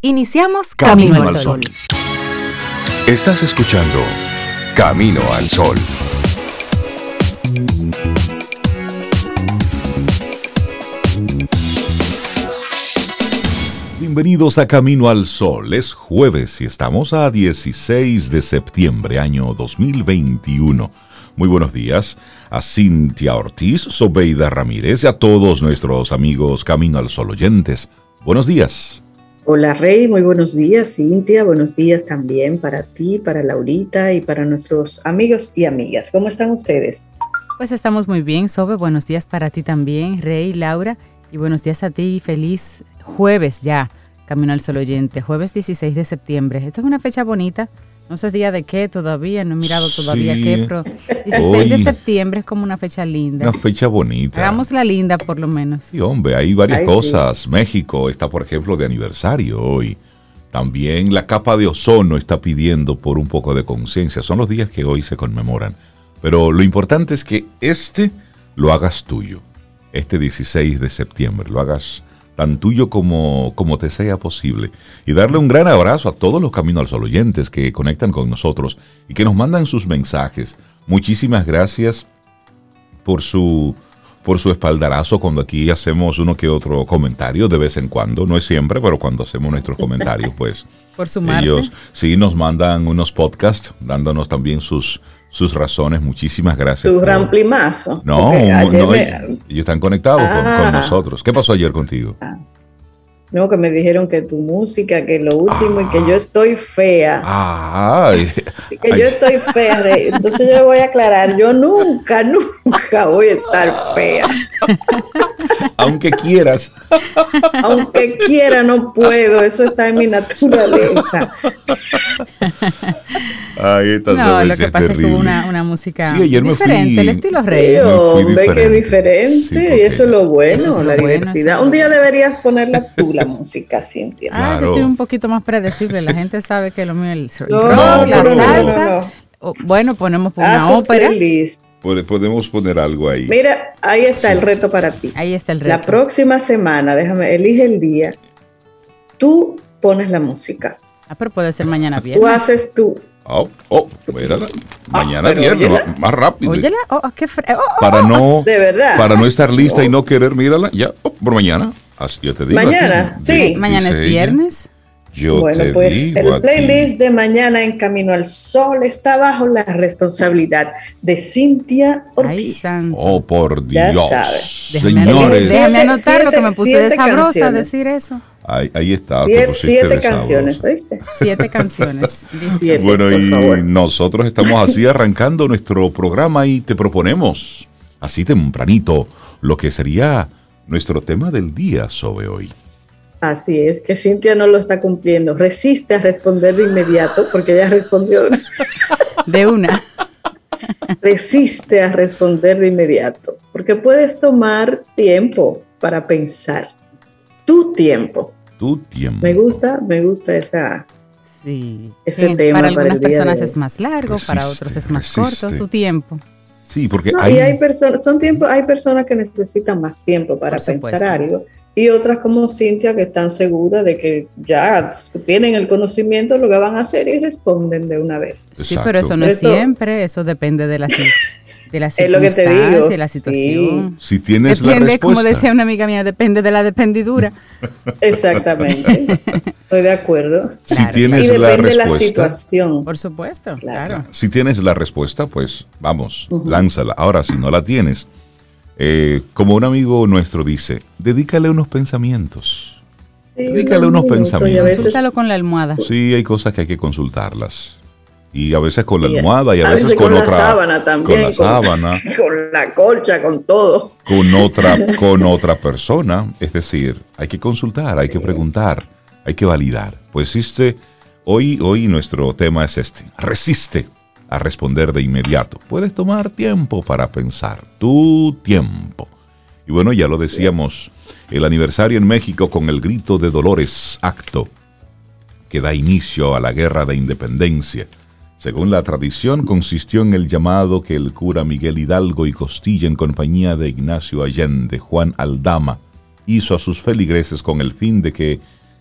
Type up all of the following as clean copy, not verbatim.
Iniciamos Camino al Sol. Estás escuchando Camino al Sol. Bienvenidos a Camino al Sol. Es jueves y estamos a 16 de septiembre, año 2021. Muy buenos días a Cintia Ortiz, Sobeida Ramírez y a todos nuestros amigos Camino al Sol oyentes. Buenos días. Hola Rey, muy buenos días. Cintia, buenos días también para ti, para Laurita y para nuestros amigos y amigas. ¿Cómo están ustedes? Pues estamos muy bien, Sobe. Buenos días para ti también, Rey, Laura. Y buenos días a ti. Feliz jueves ya, Camino al Sol oyente. Jueves 16 de septiembre. Esta es una fecha bonita. No sé día de qué todavía, no he mirado todavía qué, pero 16 de septiembre es como una fecha linda. Una fecha bonita. Hagámosla linda por lo menos. Sí, hombre, hay varias cosas. Sí. México está, por ejemplo, de aniversario hoy. También la capa de ozono está pidiendo por un poco de conciencia. Son los días que hoy se conmemoran. Pero lo importante es que lo hagas tuyo. Este 16 de septiembre lo hagas tan tuyo como te sea posible. Y darle un gran abrazo a todos los Camino al Sol oyentes que conectan con nosotros y que nos mandan sus mensajes. Muchísimas gracias por su espaldarazo cuando aquí hacemos uno que otro comentario de vez en cuando. No es siempre, pero cuando hacemos nuestros comentarios, pues por sumarse. Ellos sí nos mandan unos podcasts dándonos también sus razones. Muchísimas gracias. Su ramplimazo. No, ellos están conectados con nosotros. ¿Qué pasó ayer contigo? No, que me dijeron que tu música, que lo último y que yo estoy fea. Que yo estoy fea. Entonces yo voy a aclarar, yo nunca voy a estar fea. Aunque quieras. Aunque quiera, no puedo. Eso está en mi naturaleza. Lo que pasa es que hubo una música diferente, el estilo Rey. Hombre, que diferente. Sí, y eso es lo bueno, la diversidad. Un día deberías ponerla tú, la música, Cintia. Claro. Que soy un poquito más predecible. La gente sabe que lo mío es el rock, la salsa. Bueno, ponemos una ópera. Podemos poner algo ahí. Mira, ahí está el reto para ti. Ahí está el reto. La próxima semana, elige el día. Tú pones la música. Pero puede ser mañana viernes. Tú haces tú. Mírala. Mañana viernes, más rápido. Óyela, de verdad. Para no estar lista y no querer, mírala, ya, por mañana. Así yo te digo. Mañana, sí. Mañana es viernes. El playlist de mañana en Camino al Sol está bajo la responsabilidad de Cintia Ortiz. Por Dios. Ya sabes. Señores. Déjame anotar lo que me puse de sabrosa a decir eso. Ahí está. 7 canciones, ¿oíste? 7 canciones. 17, bueno, y nosotros estamos así arrancando nuestro programa y te proponemos, así tempranito, lo que sería nuestro tema del día sobre hoy. Así es, que Cintia no lo está cumpliendo. Resiste a responder de inmediato, porque ella respondió de una. Resiste a responder de inmediato, porque puedes tomar tiempo para pensar. Tu tiempo. Me gusta ese tema. Para algunas personas es más largo, para otros es más corto. Tu tiempo. Sí, porque hay personas que necesitan más tiempo para pensar algo. Y otras como Cintia que están seguras de que ya tienen el conocimiento de lo que van a hacer y responden de una vez. Exacto. Sí, pero eso no es siempre, eso depende de la es lo que te digo, de la situación. Sí. Si tienes depende, la respuesta. Como decía una amiga mía, depende de la dependidura. Exactamente, estoy de acuerdo. Si tienes y depende la respuesta, de la situación. Por supuesto, claro. Si tienes la respuesta, pues vamos, lánzala. Ahora, si no la tienes, como un amigo nuestro dice, dedícale unos pensamientos. Dedícale unos pensamientos. Consúltalo con la almohada. Sí, hay cosas que hay que consultarlas. Y a veces con la almohada y a veces con la otra sábana también. Con la sábana. Con la colcha, con todo. Con otra persona. Es decir, hay que consultar, hay que preguntar, hay que validar. Pues hoy nuestro tema es este. Resiste a responder de inmediato. Puedes tomar tiempo para pensar. Tu tiempo. Y bueno, ya lo decíamos, el aniversario en México con el grito de Dolores Acto, que da inicio a la Guerra de Independencia. Según la tradición, consistió en el llamado que el cura Miguel Hidalgo y Costilla, en compañía de Ignacio Allende, Juan Aldama, hizo a sus feligreses con el fin de que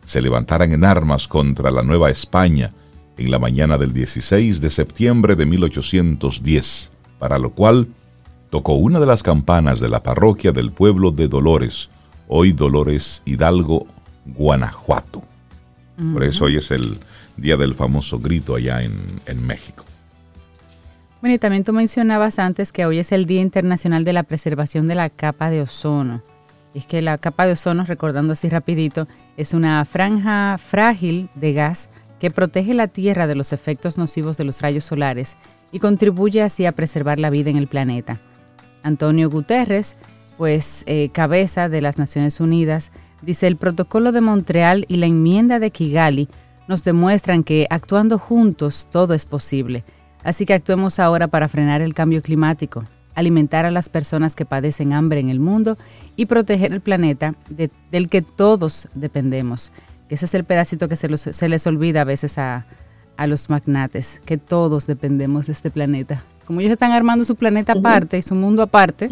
se levantaran en armas contra la Nueva España en la mañana del 16 de septiembre de 1810, para lo cual tocó una de las campanas de la parroquia del pueblo de Dolores, hoy Dolores Hidalgo, Guanajuato. Por eso hoy es el día del famoso grito allá en México. Bueno, y también tú mencionabas antes que hoy es el Día Internacional de la Preservación de la Capa de Ozono. Y es que la capa de ozono, recordando así rapidito, es una franja frágil de gas que protege la Tierra de los efectos nocivos de los rayos solares y contribuye así a preservar la vida en el planeta. Antonio Guterres, cabeza de las Naciones Unidas, dice: el Protocolo de Montreal y la enmienda de Kigali nos demuestran que actuando juntos todo es posible. Así que actuemos ahora para frenar el cambio climático, alimentar a las personas que padecen hambre en el mundo y proteger el planeta del que todos dependemos. Ese es el pedacito que se les olvida a veces a los magnates, que todos dependemos de este planeta. Como ellos están armando su planeta aparte y su mundo aparte,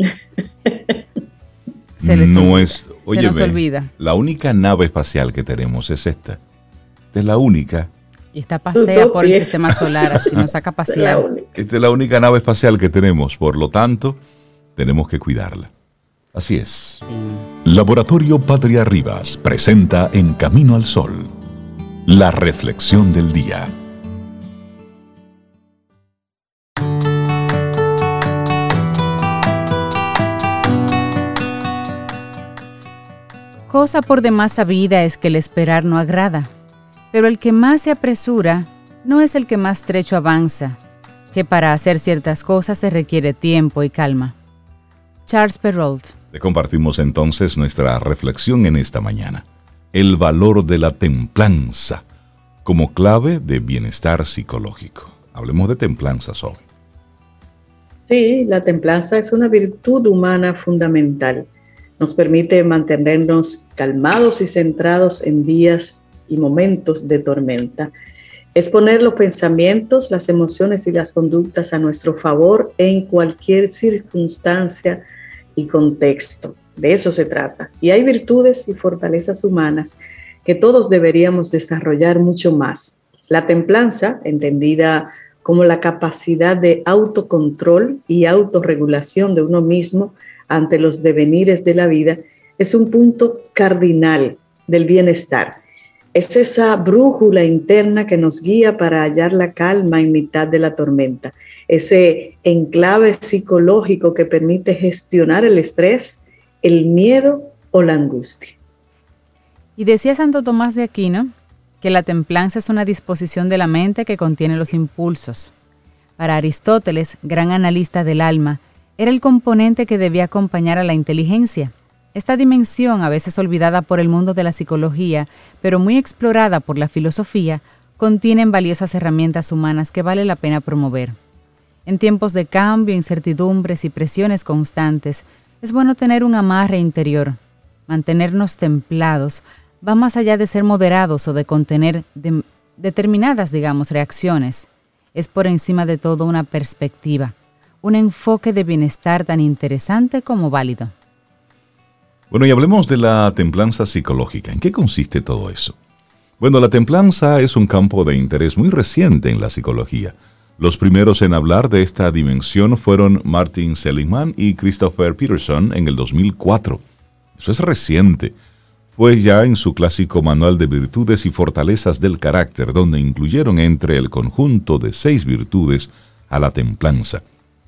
se nos olvida. La única nave espacial que tenemos es esta. Esta es la única. Y esta pasea por el sistema solar, así nos saca a pasear. Esta es la única nave espacial que tenemos, por lo tanto, tenemos que cuidarla. Así es. Sí. Laboratorio Patria Rivas presenta En Camino al Sol, la reflexión del día. Cosa por demás sabida es que el esperar no agrada, pero el que más se apresura no es el que más trecho avanza, que para hacer ciertas cosas se requiere tiempo y calma. Charles Perrault. Le compartimos entonces nuestra reflexión en esta mañana. El valor de la templanza como clave de bienestar psicológico. Hablemos de templanza, Sof. Sí, la templanza es una virtud humana fundamental. Nos permite mantenernos calmados y centrados en días y momentos de tormenta. Es poner los pensamientos, las emociones y las conductas a nuestro favor en cualquier circunstancia y contexto. De eso se trata. Y hay virtudes y fortalezas humanas que todos deberíamos desarrollar mucho más. La templanza, entendida como la capacidad de autocontrol y autorregulación de uno mismo ante los devenires de la vida, es un punto cardinal del bienestar. Es esa brújula interna que nos guía para hallar la calma en mitad de la tormenta, ese enclave psicológico que permite gestionar el estrés, el miedo o la angustia. Y decía Santo Tomás de Aquino que la templanza es una disposición de la mente que contiene los impulsos. Para Aristóteles, gran analista del alma, era el componente que debía acompañar a la inteligencia. Esta dimensión, a veces olvidada por el mundo de la psicología, pero muy explorada por la filosofía, contienen valiosas herramientas humanas que vale la pena promover. En tiempos de cambio, incertidumbres y presiones constantes, es bueno tener un amarre interior. Mantenernos templados va más allá de ser moderados o de contener determinadas, reacciones. Es por encima de todo una perspectiva, un enfoque de bienestar tan interesante como válido. Bueno, y hablemos de la templanza psicológica. ¿En qué consiste todo eso? Bueno, la templanza es un campo de interés muy reciente en la psicología. Los primeros en hablar de esta dimensión fueron Martin Seligman y Christopher Peterson en el 2004. Eso es reciente. Fue ya en su clásico Manual de Virtudes y Fortalezas del Carácter, donde incluyeron entre el conjunto de 6 virtudes a la templanza.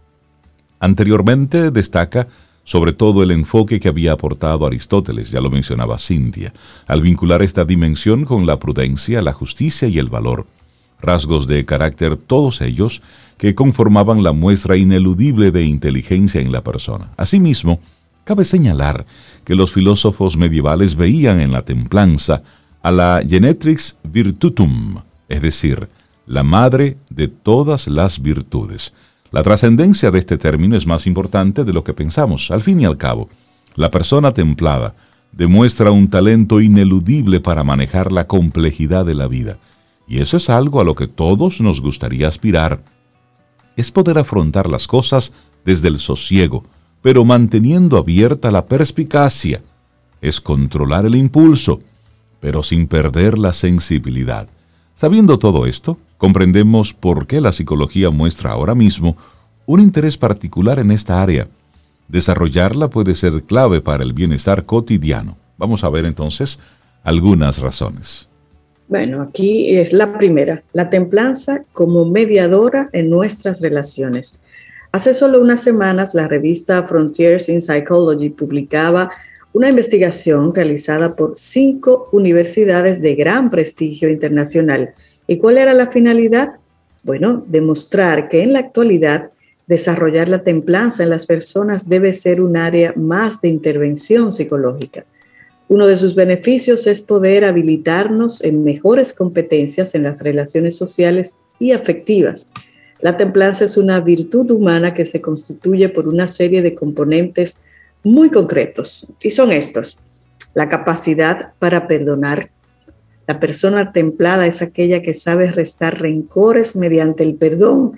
Anteriormente destaca sobre todo el enfoque que había aportado Aristóteles, ya lo mencionaba Cintia, al vincular esta dimensión con la prudencia, la justicia y el valor, rasgos de carácter todos ellos que conformaban la muestra ineludible de inteligencia en la persona. Asimismo, cabe señalar que los filósofos medievales veían en la templanza a la genetrix virtutum, es decir, la madre de todas las virtudes. La trascendencia de este término es más importante de lo que pensamos. Al fin y al cabo, la persona templada demuestra un talento ineludible para manejar la complejidad de la vida. Y eso es algo a lo que todos nos gustaría aspirar. Es poder afrontar las cosas desde el sosiego, pero manteniendo abierta la perspicacia. Es controlar el impulso, pero sin perder la sensibilidad. Sabiendo todo esto, comprendemos por qué la psicología muestra ahora mismo un interés particular en esta área. Desarrollarla puede ser clave para el bienestar cotidiano. Vamos a ver entonces algunas razones. Bueno, aquí es la primera, la templanza como mediadora en nuestras relaciones. Hace solo unas semanas, la revista Frontiers in Psychology publicaba una investigación realizada por 5 universidades de gran prestigio internacional. ¿Y cuál era la finalidad? Bueno, demostrar que en la actualidad desarrollar la templanza en las personas debe ser un área más de intervención psicológica. Uno de sus beneficios es poder habilitarnos en mejores competencias en las relaciones sociales y afectivas. La templanza es una virtud humana que se constituye por una serie de componentes muy concretos, y son estos: la capacidad para perdonar. La persona templada es aquella que sabe restar rencores mediante el perdón,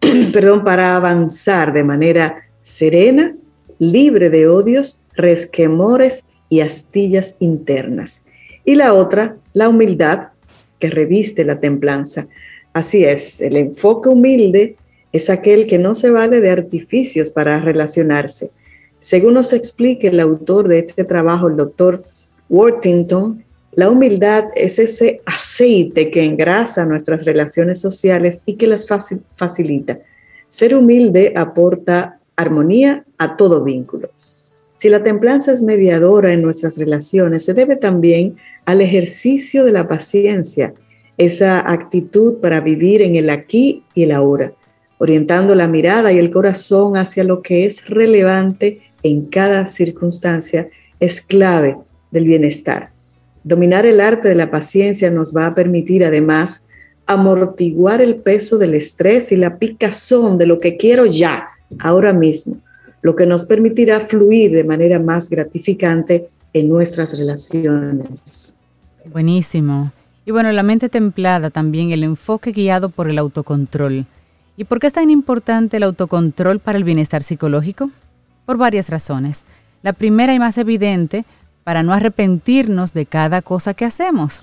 para avanzar de manera serena, libre de odios, resquemores y astillas internas. Y la otra, la humildad, que reviste la templanza. Así es, el enfoque humilde es aquel que no se vale de artificios para relacionarse. Según nos explica el autor de este trabajo, el doctor Worthington, la humildad es ese aceite que engrasa nuestras relaciones sociales y que las facilita. Ser humilde aporta armonía a todo vínculo. Si la templanza es mediadora en nuestras relaciones, se debe también al ejercicio de la paciencia, esa actitud para vivir en el aquí y el ahora, orientando la mirada y el corazón hacia lo que es relevante en cada circunstancia, es clave del bienestar. Dominar el arte de la paciencia nos va a permitir además amortiguar el peso del estrés y la picazón de lo que quiero ya, ahora mismo, lo que nos permitirá fluir de manera más gratificante en nuestras relaciones. Buenísimo. Y bueno, la mente templada también, el enfoque guiado por el autocontrol. ¿Y por qué es tan importante el autocontrol para el bienestar psicológico? Por varias razones. La primera y más evidente, para no arrepentirnos de cada cosa que hacemos.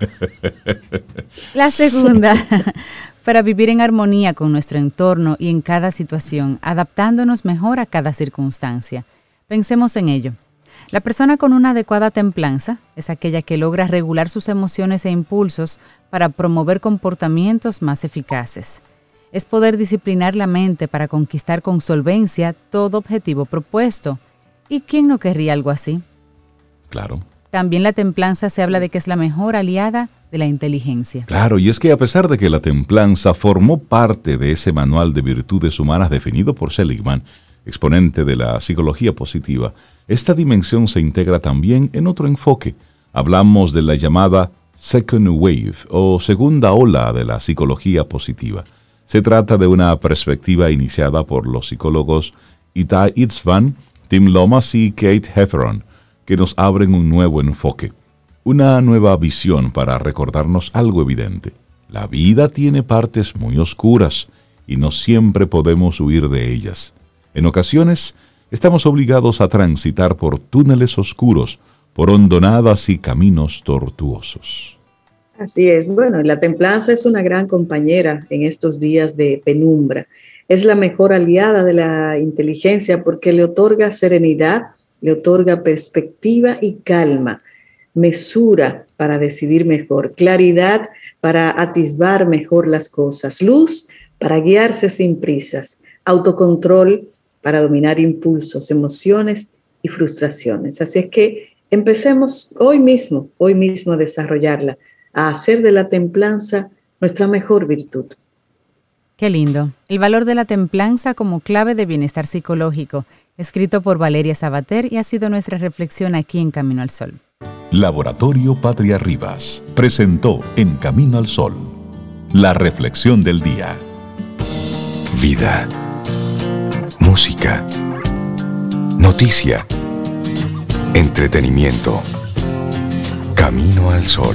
La segunda, para vivir en armonía con nuestro entorno y en cada situación, adaptándonos mejor a cada circunstancia. Pensemos en ello. La persona con una adecuada templanza es aquella que logra regular sus emociones e impulsos para promover comportamientos más eficaces. Es poder disciplinar la mente para conquistar con solvencia todo objetivo propuesto. ¿Y quién no querría algo así? Claro. También la templanza se habla de que es la mejor aliada de la inteligencia. Claro, y es que a pesar de que la templanza formó parte de ese manual de virtudes humanas definido por Seligman, exponente de la psicología positiva, esta dimensión se integra también en otro enfoque. Hablamos de la llamada Second Wave o segunda ola de la psicología positiva. Se trata de una perspectiva iniciada por los psicólogos Itai Itzvan, Tim Lomas y Kate Hefferon, que nos abren un nuevo enfoque, una nueva visión para recordarnos algo evidente. La vida tiene partes muy oscuras y no siempre podemos huir de ellas. En ocasiones, estamos obligados a transitar por túneles oscuros, por hondonadas y caminos tortuosos. Así es. Bueno, la templanza es una gran compañera en estos días de penumbra. Es la mejor aliada de la inteligencia porque le otorga serenidad, le otorga perspectiva y calma, mesura para decidir mejor, claridad para atisbar mejor las cosas, luz para guiarse sin prisas, autocontrol para dominar impulsos, emociones y frustraciones. Así es que empecemos hoy mismo a desarrollarla, a hacer de la templanza nuestra mejor virtud. Qué lindo. El valor de la templanza como clave de bienestar psicológico, escrito por Valeria Sabater, y ha sido nuestra reflexión aquí en Camino al Sol. Laboratorio Patria Rivas presentó En Camino al Sol la reflexión del día. Vida, música, noticia, entretenimiento. Camino al Sol.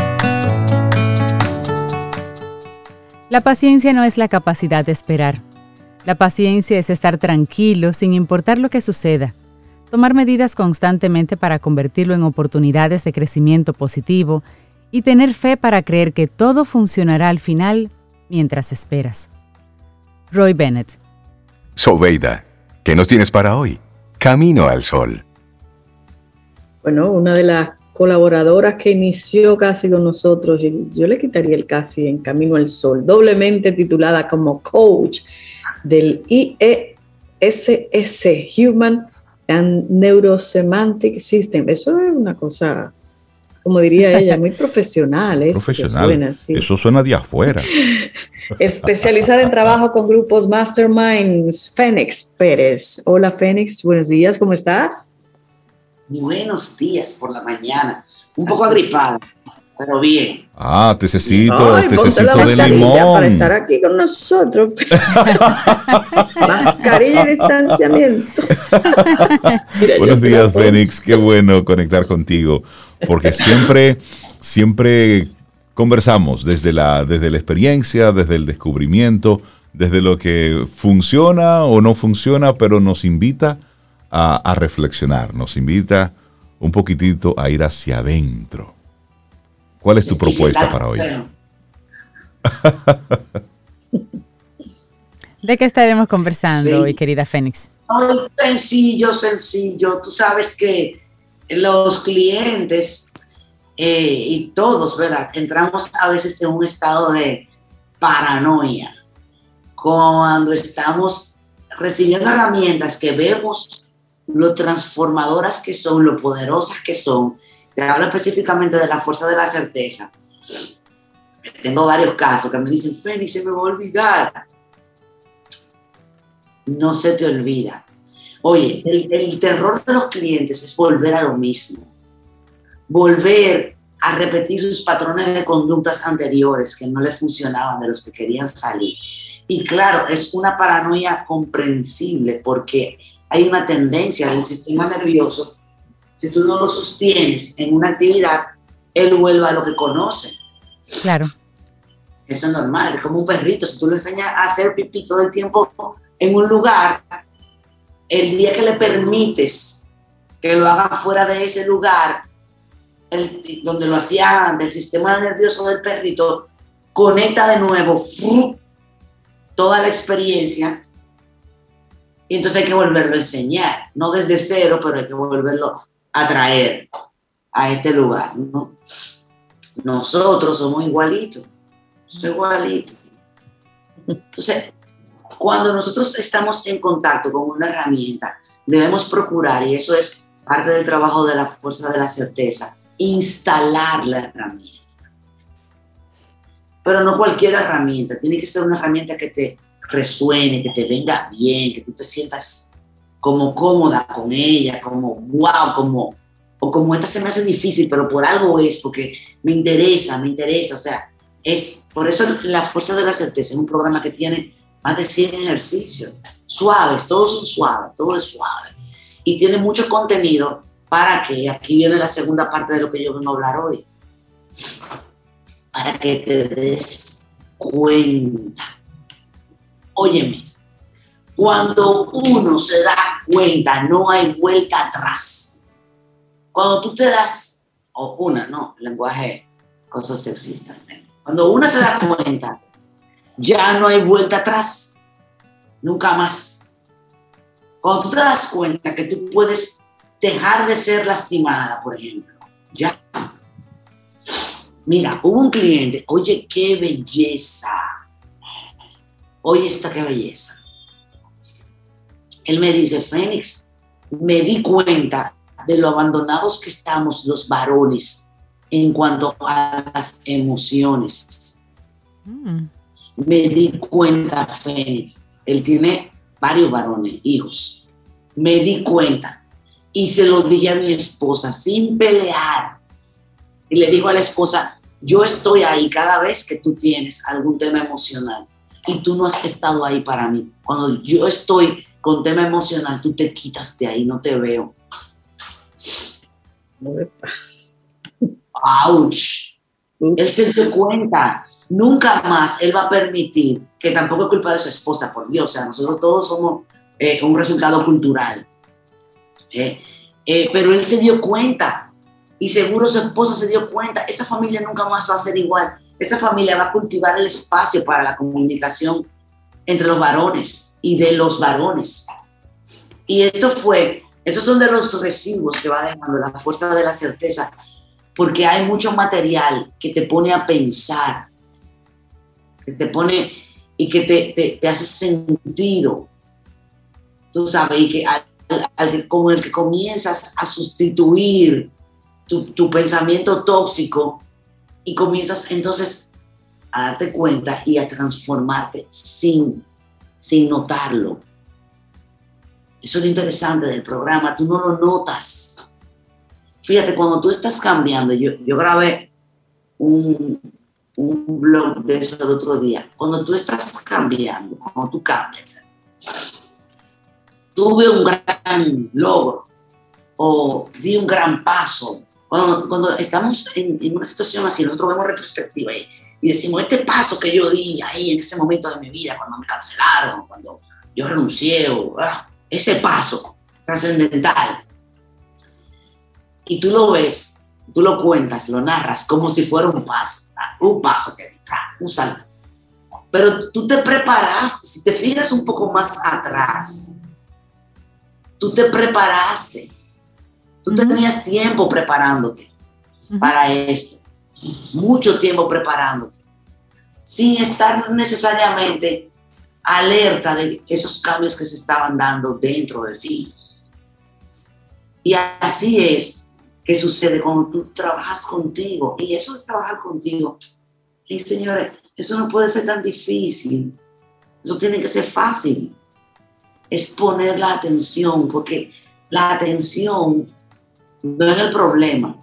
La paciencia no es la capacidad de esperar, La paciencia es estar tranquilo sin importar lo que suceda. Tomar medidas constantemente para convertirlo en oportunidades de crecimiento positivo y tener fe para creer que todo funcionará al final mientras esperas. Roy Bennett. Sobeida, ¿qué nos tienes para hoy? Camino al Sol. Bueno, una de las colaboradoras que inició casi con nosotros, y yo le quitaría el casi en Camino al Sol, doblemente titulada como coach del IESS, Human and Neurosemantic System. Eso es una cosa, como diría ella, muy profesional. Profesional. Eso suena de afuera. Especializada en trabajo con grupos Masterminds, Fénix Pérez. Hola Fénix, buenos días, ¿cómo estás? Buenos días por la mañana. Un poco agripada, pero bien. Tececito de limón. Para estar aquí con nosotros. Mascarilla y distanciamiento. Mira, buenos días, Fénix. Qué bueno conectar contigo, porque siempre conversamos desde la experiencia, desde el descubrimiento, desde lo que funciona o no funciona, pero nos invita a reflexionar, nos invita un poquitito a ir hacia adentro. ¿Cuál es tu propuesta para hoy? ¿De qué estaremos conversando hoy, querida Fénix? Sencillo. Tú sabes que los clientes y todos, ¿verdad? Entramos a veces en un estado de paranoia cuando estamos recibiendo herramientas que vemos lo transformadoras que son, lo poderosas que son. Te hablo específicamente de la fuerza de la certeza. Tengo varios casos que me dicen, Fénix, se me va a olvidar. No se te olvida. Oye, el terror de los clientes es volver a lo mismo. Volver a repetir sus patrones de conductas anteriores que no les funcionaban, de los que querían salir. Y claro, es una paranoia comprensible porque hay una tendencia del sistema nervioso. Si tú no lo sostienes en una actividad, él vuelve a lo que conoce. Claro. Eso es normal, es como un perrito. Si tú le enseñas a hacer pipí todo el tiempo en un lugar, el día que le permites que lo haga fuera de ese lugar, donde lo hacía antes, el sistema nervioso del perrito conecta de nuevo toda la experiencia. Y entonces hay que volverlo a enseñar, no desde cero, pero hay que volverlo a traer a este lugar, ¿no? Nosotros somos igualitos. Entonces, cuando nosotros estamos en contacto con una herramienta, debemos procurar, y eso es parte del trabajo de la fuerza de la certeza, instalar la herramienta. Pero no cualquier herramienta, tiene que ser una herramienta que te resuene, que te venga bien, que tú te sientas como cómoda con ella, como wow, como esta se me hace difícil, pero por algo es, porque me interesa, o sea, es por eso la fuerza de la certeza es un programa que tiene más de 100 ejercicios, suaves, todos son suaves, todo es suave, y tiene mucho contenido para que, aquí viene la segunda parte de lo que yo vengo a hablar hoy, para que te des cuenta. Óyeme, cuando uno se da cuenta, no hay vuelta atrás. Cuando tú te das, lenguaje, cosas sexistas. Cuando uno se da cuenta, ya no hay vuelta atrás, nunca más. Cuando tú te das cuenta que tú puedes dejar de ser lastimada, por ejemplo, ya. Mira, hubo un cliente, oye, qué belleza. Oye, qué belleza. Él me dice, Fénix, me di cuenta de lo abandonados que estamos los varones en cuanto a las emociones. Me di cuenta, Fénix. Él tiene varios varones, hijos. Me di cuenta. Y se lo dije a mi esposa sin pelear. Y le digo a la esposa, yo estoy ahí cada vez que tú tienes algún tema emocional. Y tú no has estado ahí para mí. Cuando yo estoy con tema emocional, tú te quitas de ahí, no te veo. ¡Auch! Él se dio cuenta. Nunca más él va a permitir que tampoco es culpa de su esposa, por Dios, o sea, nosotros todos somos un resultado cultural. Pero él se dio cuenta, y seguro su esposa se dio cuenta, esa familia nunca más va a ser igual. Esa familia va a cultivar el espacio para la comunicación entre los varones y de los varones. Y esos son de los residuos que va dejando la fuerza de la certeza, porque hay mucho material que te pone a pensar, que te pone y que te hace sentido, tú sabes, y que con el que comienzas a sustituir tu pensamiento tóxico y comienzas entonces a darte cuenta y a transformarte sin notarlo. Eso es lo interesante del programa, tú no lo notas. Fíjate, cuando tú estás cambiando, yo grabé un blog de eso el otro día. Cuando tú estás cambiando, cuando tú cambias, tuve un gran logro o di un gran paso. Cuando estamos en una situación así, nosotros vemos retrospectiva y decimos, este paso que yo di ahí en ese momento de mi vida, cuando me cancelaron, cuando yo renuncié, ese paso trascendental. Y tú lo ves, tú lo cuentas, lo narras como si fuera un paso que di, un salto. Pero tú te preparaste, si te fijas un poco más atrás, tú te preparaste, tú tenías tiempo preparándote para esto, mucho tiempo preparándote, sin estar necesariamente alerta de esos cambios que se estaban dando dentro de ti. Y así es que sucede cuando tú trabajas contigo. Y eso de trabajar contigo, y señores, eso no puede ser tan difícil. Eso tiene que ser fácil. Es poner la atención, porque la atención no es el problema.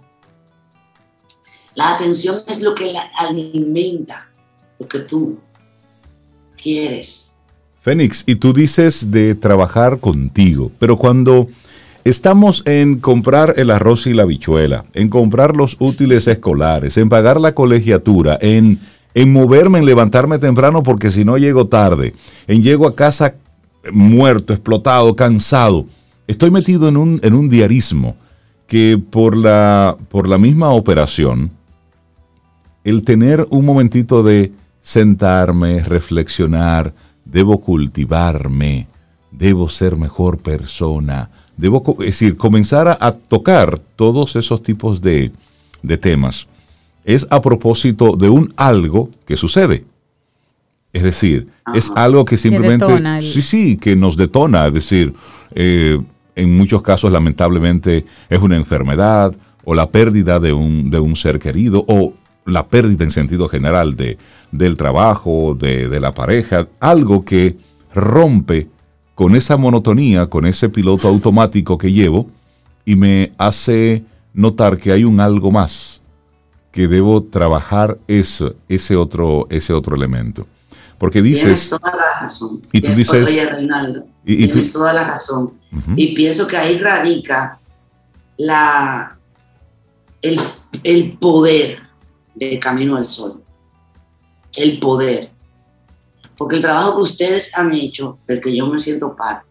La atención es lo que la alimenta, lo que tú quieres. Fénix, y tú dices de trabajar contigo, pero cuando estamos en comprar el arroz y la habichuela, en comprar los útiles escolares, en pagar la colegiatura, en moverme, en levantarme temprano porque si no llego tarde, en llego a casa muerto, explotado, cansado, estoy metido en un diarismo que por la misma operación, el tener un momentito de sentarme, reflexionar, debo cultivarme, debo ser mejor persona, es decir, comenzar a tocar todos esos tipos de temas, es a propósito de un algo que sucede. Es decir, es algo que simplemente, que nos detona, es decir, en muchos casos lamentablemente es una enfermedad o la pérdida de un ser querido o la pérdida en sentido general del trabajo, de la pareja, algo que rompe con esa monotonía, con ese piloto automático que llevo y me hace notar que hay un algo más, que debo trabajar ese otro elemento. Porque dices... Tienes toda la razón. Y tú dices... Oye, Reinaldo, tienes toda la razón. Uh-huh. Y pienso que ahí radica el poder de Camino al Sol. El poder. Porque el trabajo que ustedes han hecho, del que yo me siento parte,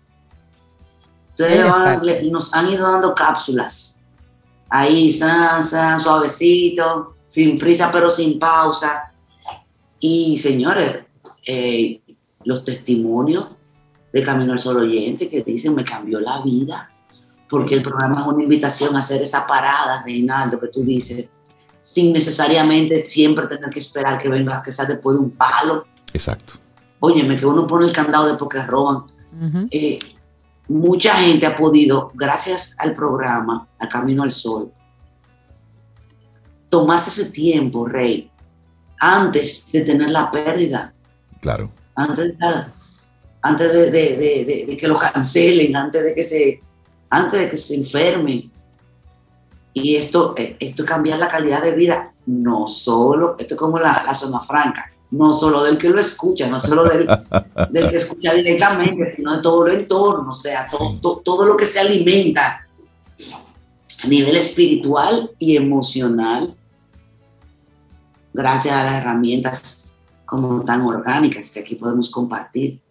ustedes nos han ido dando cápsulas. Ahí, suavecito, sin prisa pero sin pausa. Y señores, los testimonios de Camino al Sol oyente que dicen me cambió la vida, porque el programa es una invitación a hacer esa parada, Reinaldo, que tú dices, sin necesariamente siempre tener que esperar que venga, que sea después de un palo. Exacto. Óyeme, que uno pone el candado después que roban. Uh-huh. Mucha gente ha podido, gracias al programa, a Camino al Sol, tomarse ese tiempo, Rey, antes de tener la pérdida. Claro. Antes de que lo cancelen, antes de que se enfermen. Y esto cambia la calidad de vida, no solo, esto es como la zona franca, no solo del que lo escucha, no solo del que escucha directamente, sino de todo el entorno, o sea, todo lo que se alimenta a nivel espiritual y emocional, gracias a las herramientas como tan orgánicas que aquí podemos compartir.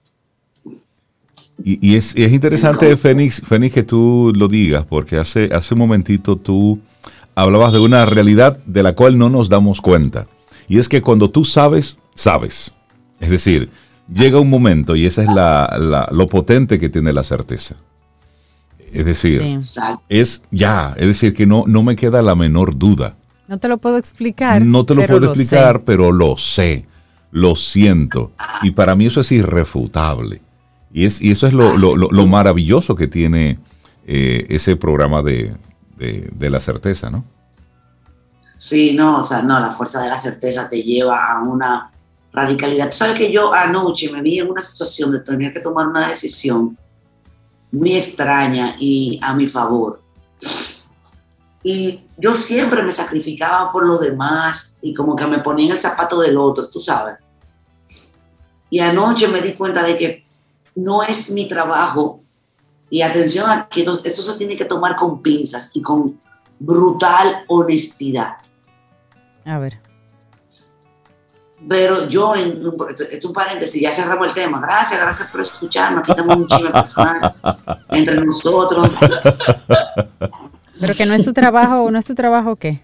Y es interesante, Fénix, que tú lo digas, porque hace un momentito tú hablabas de una realidad de la cual no nos damos cuenta. Y es que cuando tú sabes, sabes. Es decir, llega un momento, y esa es lo potente que tiene la certeza. Es decir, Sí. es decir, que no me queda la menor duda. No te lo puedo explicar. No te lo pero puedo lo explicar, sé. pero lo sé, lo siento. Y para mí eso es irrefutable. Y eso es lo maravilloso que tiene ese programa de la certeza, ¿no? Sí, no, o sea, no, la fuerza de la certeza te lleva a una radicalidad. Tú sabes que yo anoche me vi en una situación de tener que tomar una decisión muy extraña y a mi favor. Y yo siempre me sacrificaba por los demás y como que me ponía en el zapato del otro, tú sabes. Y anoche me di cuenta de que no es mi trabajo, y atención aquí, esto se tiene que tomar con pinzas y con brutal honestidad. A ver. Pero yo, esto es un paréntesis, ya cerramos el tema. Gracias por escucharnos. Aquí estamos un chisme personal entre nosotros. Pero que no es tu trabajo, ¿no es tu trabajo qué?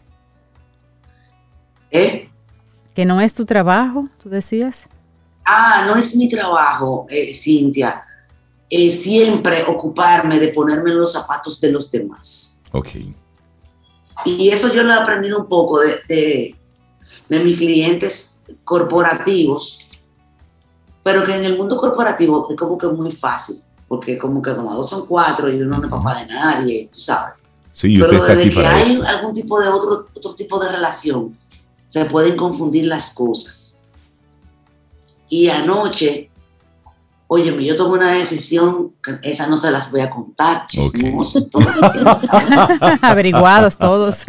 ¿Eh? Que no es tu trabajo, tú decías. No es mi trabajo, Cintia, siempre ocuparme de ponerme en los zapatos de los demás. Ok. Y eso yo lo he aprendido un poco de mis clientes corporativos, pero que en el mundo corporativo es como que muy fácil, porque como que como 2 son 4 y uno no es papá de nadie, tú sabes. Sí, y pero usted está desde aquí que para hay esto. algún tipo de otro tipo de relación, se pueden confundir las cosas. Y anoche, óyeme, yo tomé una decisión, que esa no se las voy a contar, chismosos, todos. Averiguados todos.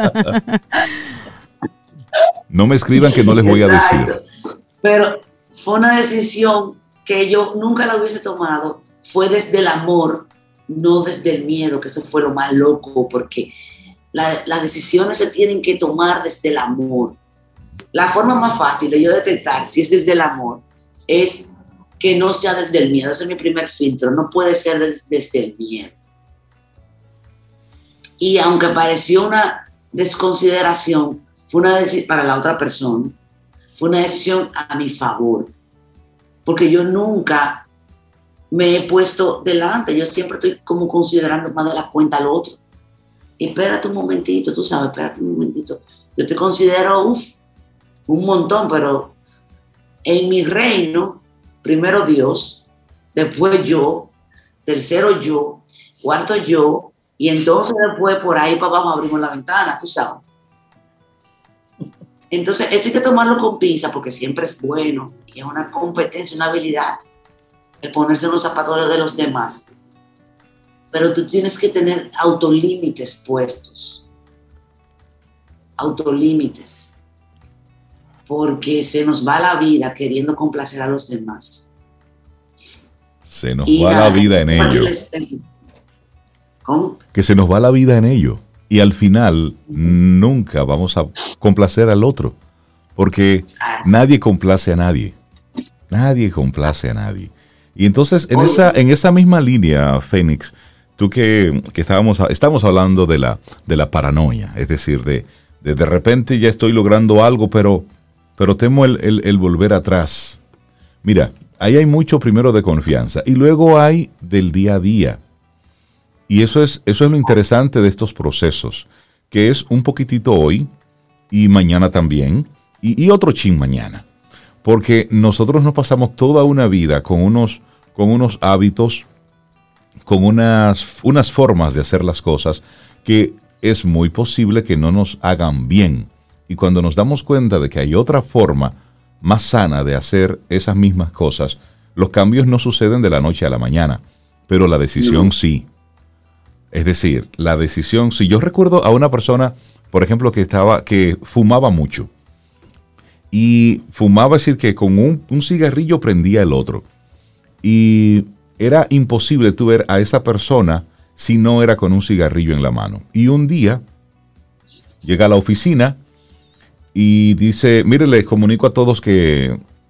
No me escriban que no les voy a decir. Exacto. Pero fue una decisión que yo nunca la hubiese tomado, fue desde el amor, no desde el miedo, que eso fue lo más loco, porque las decisiones se tienen que tomar desde el amor. La forma más fácil de yo detectar si es desde el amor es que no sea desde el miedo. Ese es mi primer filtro, no puede ser desde el miedo. Y aunque pareció una desconsideración, fue una decisión para la otra persona, fue una decisión a mi favor, porque yo nunca me he puesto delante, yo siempre estoy como considerando más de la cuenta al otro. Y espérate un momentito, tú sabes, espérate un momentito, yo te considero un montón, pero en mi reino, primero Dios, después yo, tercero yo, cuarto yo, y entonces después por ahí para abajo abrimos la ventana, tú sabes. Entonces esto hay que tomarlo con pinza porque siempre es bueno y es una competencia, una habilidad el ponerse en los zapatos de los demás. Pero tú tienes que tener autolímites puestos. Autolímites. Porque se nos va la vida queriendo complacer a los demás. Se nos va la vida en ello. ¿Cómo? Que se nos va la vida en ello. Y al final nunca vamos a complacer al otro. Porque nadie complace a nadie. Nadie complace a nadie. Y entonces en esa misma línea, Fénix, tú que estamos hablando de la paranoia. Es decir, de repente ya estoy logrando algo, pero temo el volver atrás. Mira, ahí hay mucho primero de confianza y luego hay del día a día. Y eso es lo interesante de estos procesos, que es un poquitito hoy y mañana también y otro chin mañana. Porque nosotros nos pasamos toda una vida con unos hábitos, con unas formas de hacer las cosas que es muy posible que no nos hagan bien. Y cuando nos damos cuenta de que hay otra forma más sana de hacer esas mismas cosas, los cambios no suceden de la noche a la mañana, pero la decisión sí. Es decir, la decisión sí. Yo recuerdo a una persona, por ejemplo, que fumaba mucho. Y fumaba, es decir, que con un cigarrillo prendía el otro. Y era imposible tú ver a esa persona si no era con un cigarrillo en la mano. Y un día llega a la oficina y dice, mire, les comunico a todos que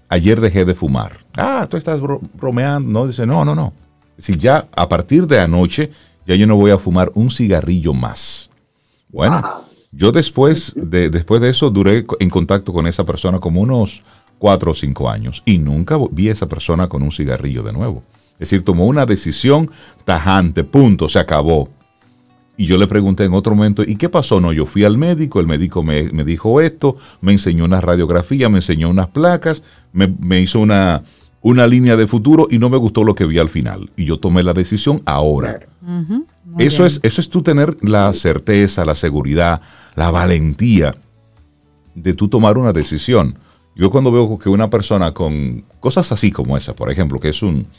ayer dejé de fumar. Tú estás bromeando. No, dice, no. Si ya a partir de anoche, ya yo no voy a fumar un cigarrillo más. Bueno, yo después de eso duré en contacto con esa persona como unos 4 o 5 años y nunca vi a esa persona con un cigarrillo de nuevo. Es decir, tomó una decisión tajante, punto, se acabó. Y yo le pregunté en otro momento, ¿y qué pasó? No, yo fui al médico, el médico me dijo esto, me enseñó una radiografía, me enseñó unas placas, me hizo una línea de futuro y no me gustó lo que vi al final. Y yo tomé la decisión ahora. Claro. Uh-huh. Eso es tú tener la certeza, la seguridad, la valentía de tú tomar una decisión. Yo cuando veo que una persona con cosas así como esa, por ejemplo, que es un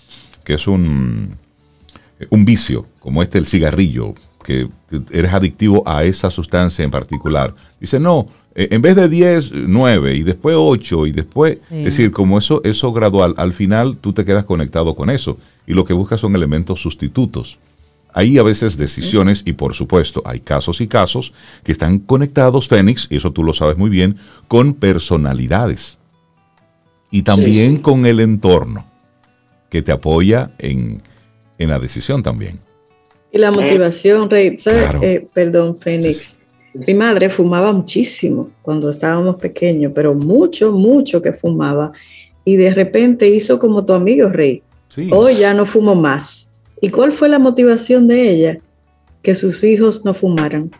vicio, como el cigarrillo, que eres adictivo a esa sustancia en particular. Dice, no, en vez de 10, 9, y después 8, y después... Sí. Es decir, como eso gradual, al final tú te quedas conectado con eso, y lo que buscas son elementos sustitutos. Hay a veces decisiones, y por supuesto, hay casos y casos que están conectados, Fénix, y eso tú lo sabes muy bien, con personalidades. Y también con el entorno, que te apoya en la decisión también. Y la motivación, Rey, ¿sabes? Claro. Perdón, Fénix. Sí. Mi madre fumaba muchísimo cuando estábamos pequeños, pero mucho que fumaba. Y de repente hizo como tu amigo, Rey. Sí. Hoy ya no fumo más. ¿Y cuál fue la motivación de ella? Que sus hijos no fumaran.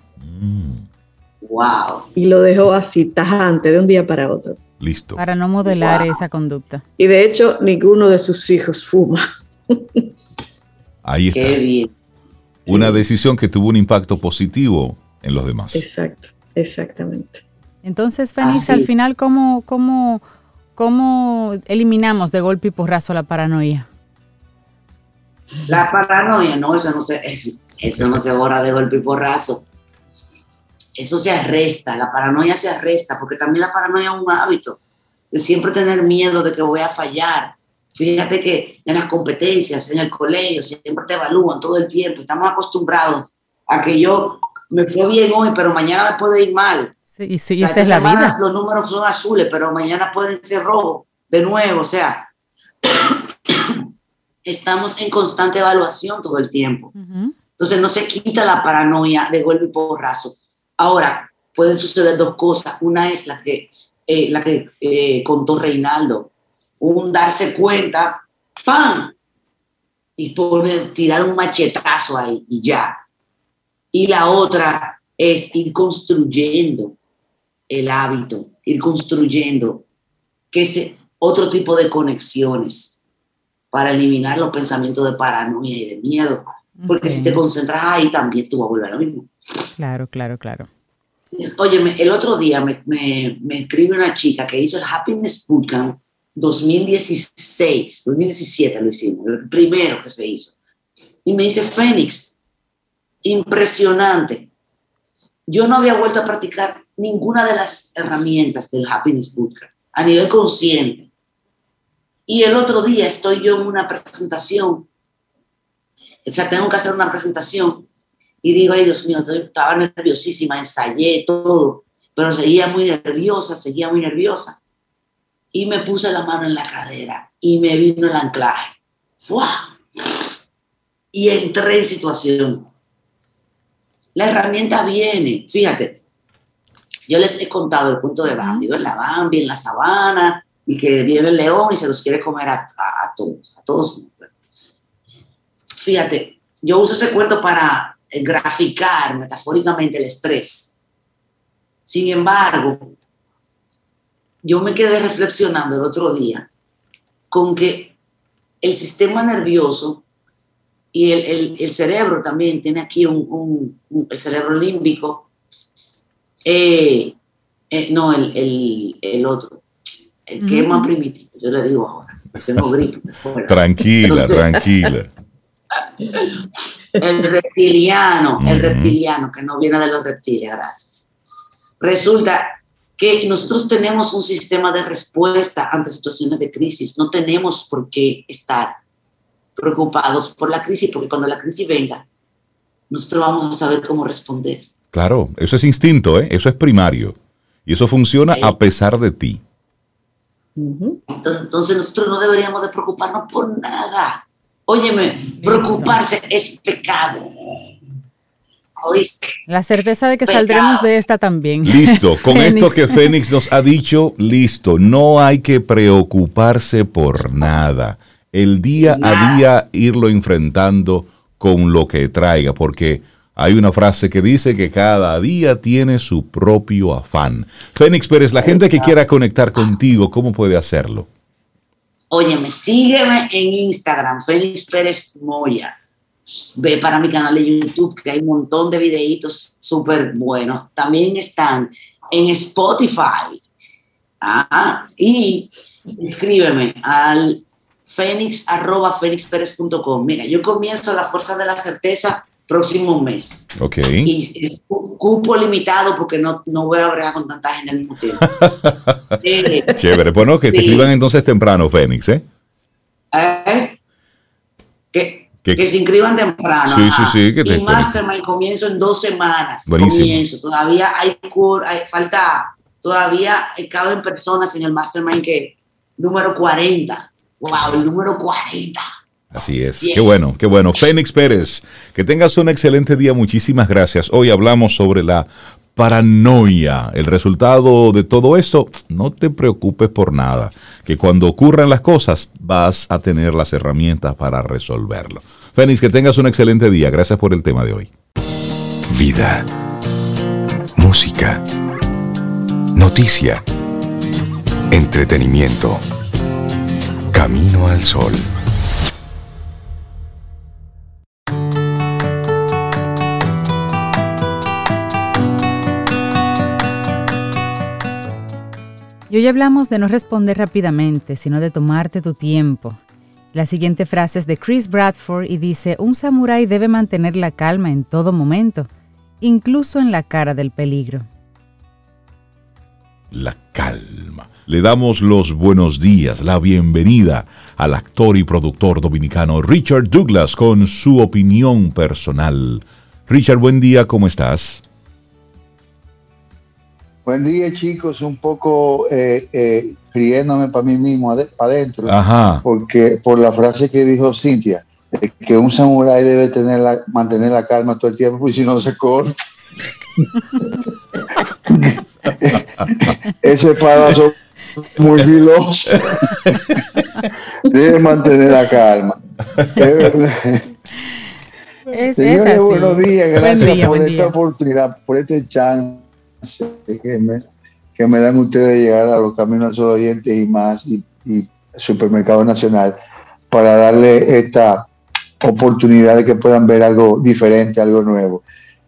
Wow. Y lo dejó así, tajante, de un día para otro. Listo. Para no modelar esa conducta. Y de hecho, ninguno de sus hijos fuma. Ahí está. Qué bien. Una decisión que tuvo un impacto positivo en los demás. Exacto, exactamente. Entonces, Fénix, al final, ¿cómo eliminamos de golpe y porrazo la paranoia? La paranoia, no, eso no se borra de golpe y porrazo. Eso se arresta, la paranoia se arresta, porque también la paranoia es un hábito de siempre tener miedo de que voy a fallar. Fíjate que en las competencias, en el colegio, siempre te evalúan todo el tiempo. Estamos acostumbrados a que yo me fue bien hoy, pero mañana me puede ir mal. Sí, y o sea, esa es la vida. Los números son azules, pero mañana pueden ser rojos de nuevo. O sea, estamos en constante evaluación todo el tiempo. Uh-huh. Entonces no se quita la paranoia de golpe y porrazo. Ahora, pueden suceder dos cosas. Una es la que contó Reinaldo. Un darse cuenta, ¡pam! Y poder tirar un machetazo ahí y ya. Y la otra es ir construyendo el hábito, ir construyendo otro tipo de conexiones para eliminar los pensamientos de paranoia y de miedo. Porque si te concentras ahí, también tú vas a volver a lo mismo. Claro. Óyeme, el otro día me escribe una chica que hizo el Happiness Bootcamp 2017 lo hicimos, el primero que se hizo. Y me dice, Fénix, impresionante. Yo no había vuelto a practicar ninguna de las herramientas del Happiness Bootcamp a nivel consciente. Y el otro día estoy yo en una presentación, o sea, tengo que hacer una presentación y digo, ay Dios mío, estaba nerviosísima, ensayé todo, pero seguía muy nerviosa. Y me puse la mano en la cadera y me vino el anclaje. ¡Fua! Y entré en situación. La herramienta viene. Fíjate, yo les he contado el cuento de Bambi, ¿verdad? Bambi en la sabana y que viene el león y se los quiere comer a todos. Fíjate, yo uso ese cuento para graficar metafóricamente el estrés. Sin embargo, yo me quedé reflexionando el otro día con que el sistema nervioso y el cerebro también tiene aquí el cerebro límbico, no, el otro, el que es más primitivo, yo le digo ahora, tengo gripe. Tranquila. El reptiliano, que no viene de los reptiles, gracias. Resulta que nosotros tenemos un sistema de respuesta ante situaciones de crisis. No tenemos por qué estar preocupados por la crisis, porque cuando la crisis venga, nosotros vamos a saber cómo responder. Claro, eso es instinto, eso es primario. Y eso funciona a pesar de ti. Entonces nosotros no deberíamos de preocuparnos por nada. Óyeme, preocuparse es pecado. ¿Oíste? La certeza de que saldremos de esta también. Listo, con esto que Fénix nos ha dicho, listo, no hay que preocuparse por nada. El día a día irlo enfrentando con lo que traiga, porque hay una frase que dice que cada día tiene su propio afán. Fénix Pérez, la gente que quiera conectar contigo, ¿cómo puede hacerlo? Óyeme, sígueme en Instagram, Fénix Pérez Moya. Ve para mi canal de YouTube, que hay un montón de videitos súper buenos. También están en Spotify. Y escríbeme al fénix@fénixperez.com. Mira, yo comienzo La Fuerza de la Certeza próximo mes. Ok. Y es cupo limitado porque no voy a bregar con tanta gente al mismo tiempo. Chévere. Bueno, que te escriban entonces temprano, Fénix, ¿eh? Que se inscriban temprano. Sí. Que y Mastermind comienzo en 2 semanas. Buenísimo. Comienzo. Todavía falta, todavía cabe en personas en el Mastermind número 40. Wow, el número 40. Así es. Yes. Qué bueno. Fénix Pérez, que tengas un excelente día. Muchísimas gracias. Hoy hablamos sobre la paranoia. El resultado de todo esto, no te preocupes por nada, que cuando ocurran las cosas vas a tener las herramientas para resolverlo. Fénix, que tengas un excelente día. Gracias por el tema de hoy. Vida, música, noticia, entretenimiento. Camino al Sol. Y hoy hablamos de no responder rápidamente, sino de tomarte tu tiempo. La siguiente frase es de Chris Bradford y dice: un samurái debe mantener la calma en todo momento, incluso en la cara del peligro. La calma. Le damos los buenos días, la bienvenida al actor y productor dominicano Richard Douglas con su opinión personal. Richard, buen día, ¿cómo estás? Buen día, chicos, un poco riéndome para mí mismo adentro, porque por la frase que dijo Cintia, que un samurái debe mantener la calma todo el tiempo, porque si no se corta. Ese pedazo muy filoso debe mantener la calma. Señores, buenos días, gracias por esta oportunidad, por este chance que me dan ustedes de llegar a los Caminos al Sol oyentes y más, y Supermercado Nacional, para darle esta oportunidad de que puedan ver algo diferente, algo nuevo.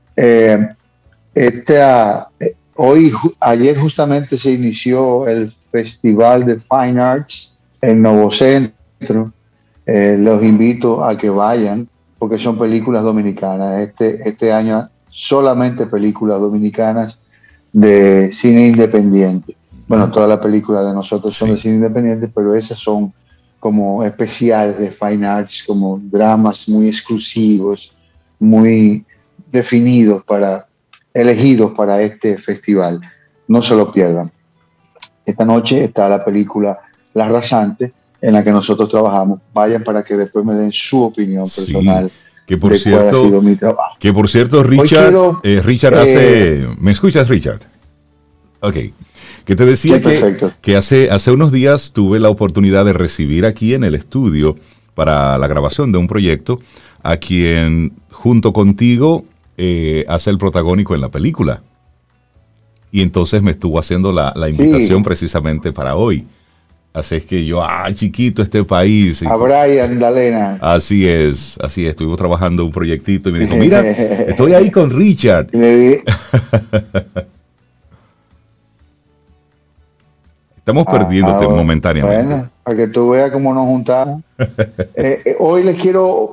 Ayer justamente se inició el Festival de Fine Arts en Novo Centro. Los invito a que vayan, porque son películas dominicanas. Este año solamente películas dominicanas de cine independiente. Bueno, todas las películas de nosotros son de cine independiente, pero esas son como especiales de Fine Arts, como dramas muy exclusivos, muy definidos, elegidos para este festival. No se lo pierdan. Esta noche está la película La Rasante, en la que nosotros trabajamos. Vayan para que después me den su opinión personal. Que por cierto, Richard, Richard hace... ¿Me escuchas, Richard? Ok. Que te decía que hace unos días tuve la oportunidad de recibir aquí en el estudio para la grabación de un proyecto a quien junto contigo hace el protagónico en la película. Y entonces me estuvo haciendo la invitación precisamente para hoy. Así es que yo, chiquito este país. A Brian Dalena. Así es. Estuvimos trabajando un proyectito y me dijo, mira, estoy ahí con Richard. Estamos perdiéndote momentáneamente. Bueno, para que tú veas cómo nos juntamos. Hoy les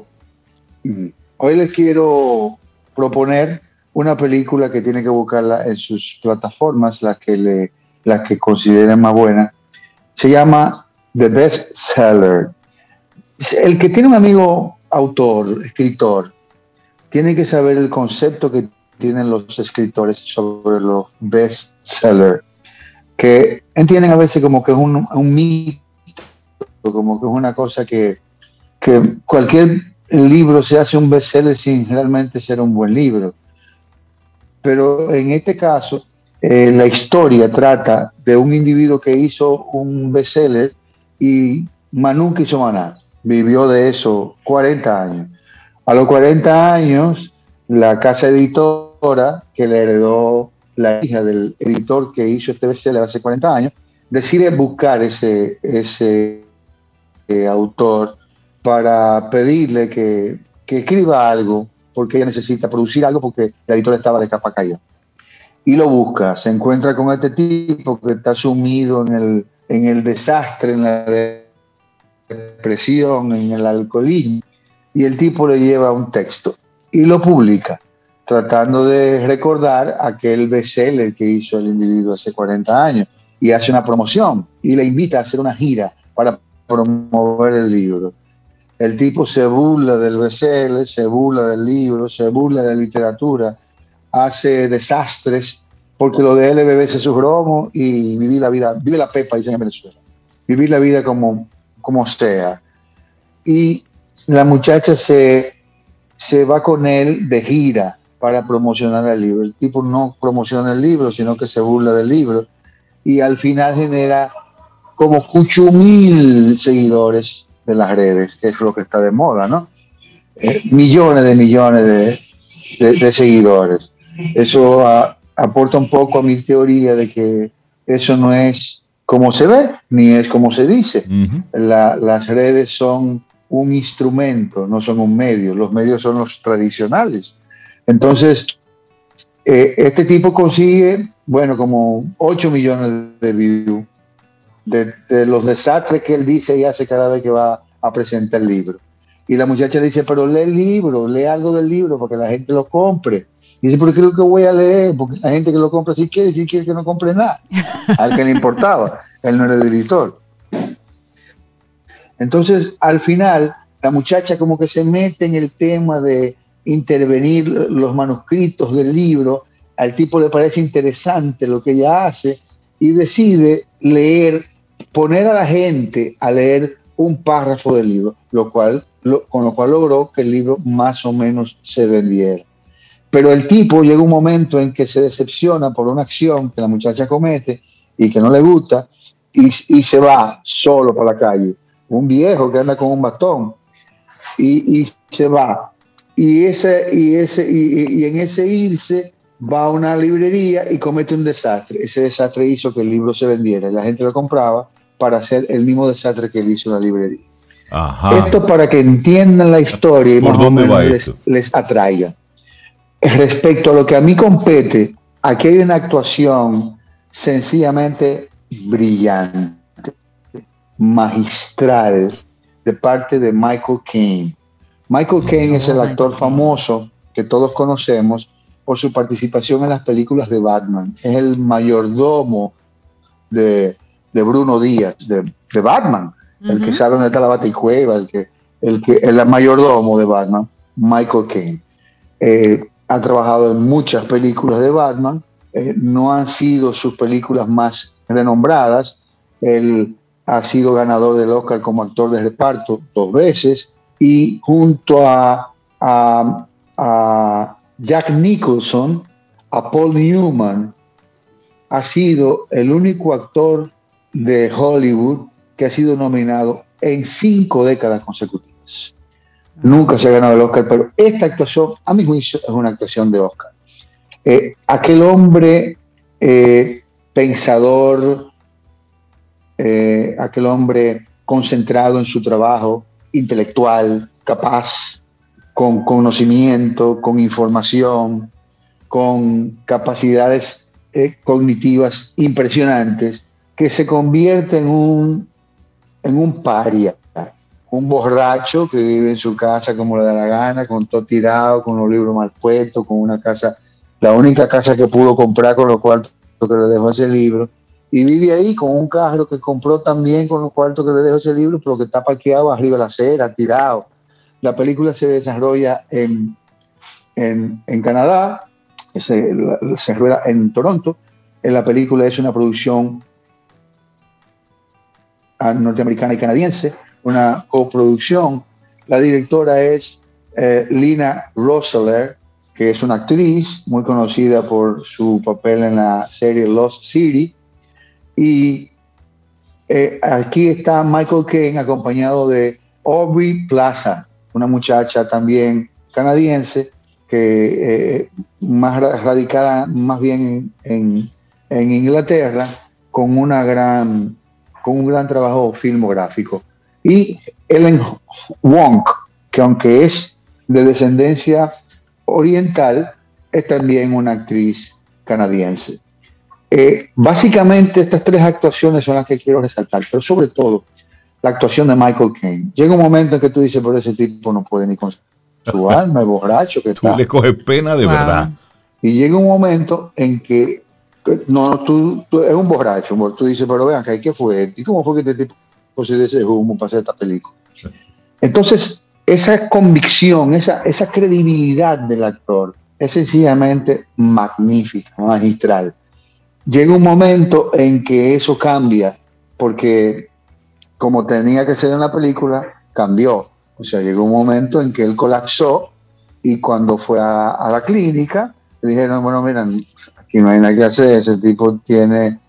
quiero proponer una película que tiene que buscarla en sus plataformas, las que consideren más buenas. Se llama The Best Seller. El que tiene un amigo autor, escritor, tiene que saber el concepto que tienen los escritores sobre los best sellers. que entienden a veces como que es un mito, como que es una cosa que cualquier libro se hace un bestseller sin realmente ser un buen libro. Pero en este caso, la historia trata de un individuo que hizo un bestseller y más nunca hizo más nada. Vivió de eso 40 años. A los 40 años, la casa editora que le heredó la hija del editor que hizo este bestseller hace 40 años, decide buscar ese autor para pedirle que escriba algo, porque ella necesita producir algo porque la editora estaba de capa caída. Y lo busca, se encuentra con este tipo que está sumido en el desastre, en la depresión, en el alcoholismo, y el tipo le lleva un texto y lo publica, tratando de recordar aquel bestseller que hizo el individuo hace 40 años, y hace una promoción y le invita a hacer una gira para promover el libro. El tipo se burla del bestseller, se burla del libro, se burla de la literatura, hace desastres, porque lo de él es beberse sus romos y vivir la vida, vive la pepa, dicen en Venezuela, vivir la vida como sea. Y la muchacha se va con él de gira para promocionar el libro. El tipo no promociona el libro, sino que se burla del libro, y al final genera como 8,000 seguidores de las redes, que es lo que está de moda, ¿no? Millones de seguidores. Eso aporta un poco a mi teoría de que eso no es como se ve, ni es como se dice. Uh-huh. Las redes son un instrumento, no son un medio. Los medios son los tradicionales. Entonces, este tipo consigue, como 8 millones de views de los desastres que él dice y hace cada vez que va a presentar el libro. Y la muchacha le dice, pero lee el libro, lee algo del libro para que la gente lo compre. Y dice, pero ¿qué es lo que voy a leer? Porque la gente que lo compra si quiere que no compre nada. Al que le importaba, él no era el editor. Entonces, al final, la muchacha como que se mete en el tema de intervenir los manuscritos del libro. Al tipo le parece interesante lo que ella hace y decide poner a la gente a leer un párrafo del libro, con lo cual logró que el libro más o menos se vendiera. Pero el tipo llega un momento en que se decepciona por una acción que la muchacha comete y que no le gusta, y se va solo por la calle. Un viejo que anda con un bastón y se va. Y en ese irse va a una librería y comete un desastre. Ese desastre hizo que el libro se vendiera y la gente lo compraba para hacer el mismo desastre que él hizo en la librería. Ajá. Esto para que entiendan la historia y más o menos les atraiga. Respecto a lo que a mí compete, aquí hay una actuación sencillamente brillante, magistral, de parte de Michael Caine. Michael Caine es el actor famoso que todos conocemos por su participación en las películas de Batman. Es el mayordomo de Bruno Díaz, de Batman, el que sabe dónde está la baticueva, el mayordomo de Batman, Michael Caine. Ha trabajado en muchas películas de Batman, no han sido sus películas más renombradas. Él ha sido ganador del Oscar como actor de reparto 2 veces, y junto a Jack Nicholson, a Paul Newman, ha sido el único actor de Hollywood que ha sido nominado en 5 décadas consecutivas. Nunca se ha ganado el Oscar, pero esta actuación, a mi juicio, es una actuación de Oscar. Aquel hombre pensador, aquel hombre concentrado en su trabajo, intelectual, capaz, con conocimiento, con información, con capacidades cognitivas impresionantes, que se convierte en un paria, un borracho que vive en su casa como le da la gana, con todo tirado, con los libros mal puestos, con una casa, la única casa que pudo comprar con los cuartos que le dejó ese libro, y vive ahí con un carro que compró también con los cuartos que le dejó ese libro, pero que está parqueado arriba de la acera, tirado. La película se desarrolla en Canadá, se rueda en Toronto. La película es una producción norteamericana y canadiense, una coproducción. La directora es Lina Roessler, que es una actriz muy conocida por su papel en la serie Lost City. Y aquí está Michael Caine acompañado de Aubrey Plaza, una muchacha también canadiense, que más radicada más bien en Inglaterra, con un gran trabajo filmográfico. Y Ellen Wong, que aunque es de descendencia oriental, es también una actriz canadiense. Básicamente estas tres actuaciones son las que quiero resaltar, pero sobre todo la actuación de Michael Caine. Llega un momento en que tú dices, pero ese tipo no puede ni con su alma, es borracho que está. Tú le coges pena de verdad. Y llega un momento en que no, tú es un borracho, tú dices, pero vean, ¿qué fue? ¿Y cómo fue que este tipo se ese humo para hacer esta película? Entonces, esa convicción, esa credibilidad del actor es sencillamente magnífica, magistral. Llega un momento en que eso cambia, porque como tenía que ser en la película, cambió. O sea, llegó un momento en que él colapsó y cuando fue a la clínica, le dijeron, bueno, miren, aquí no hay nada que hacer, ese tipo tiene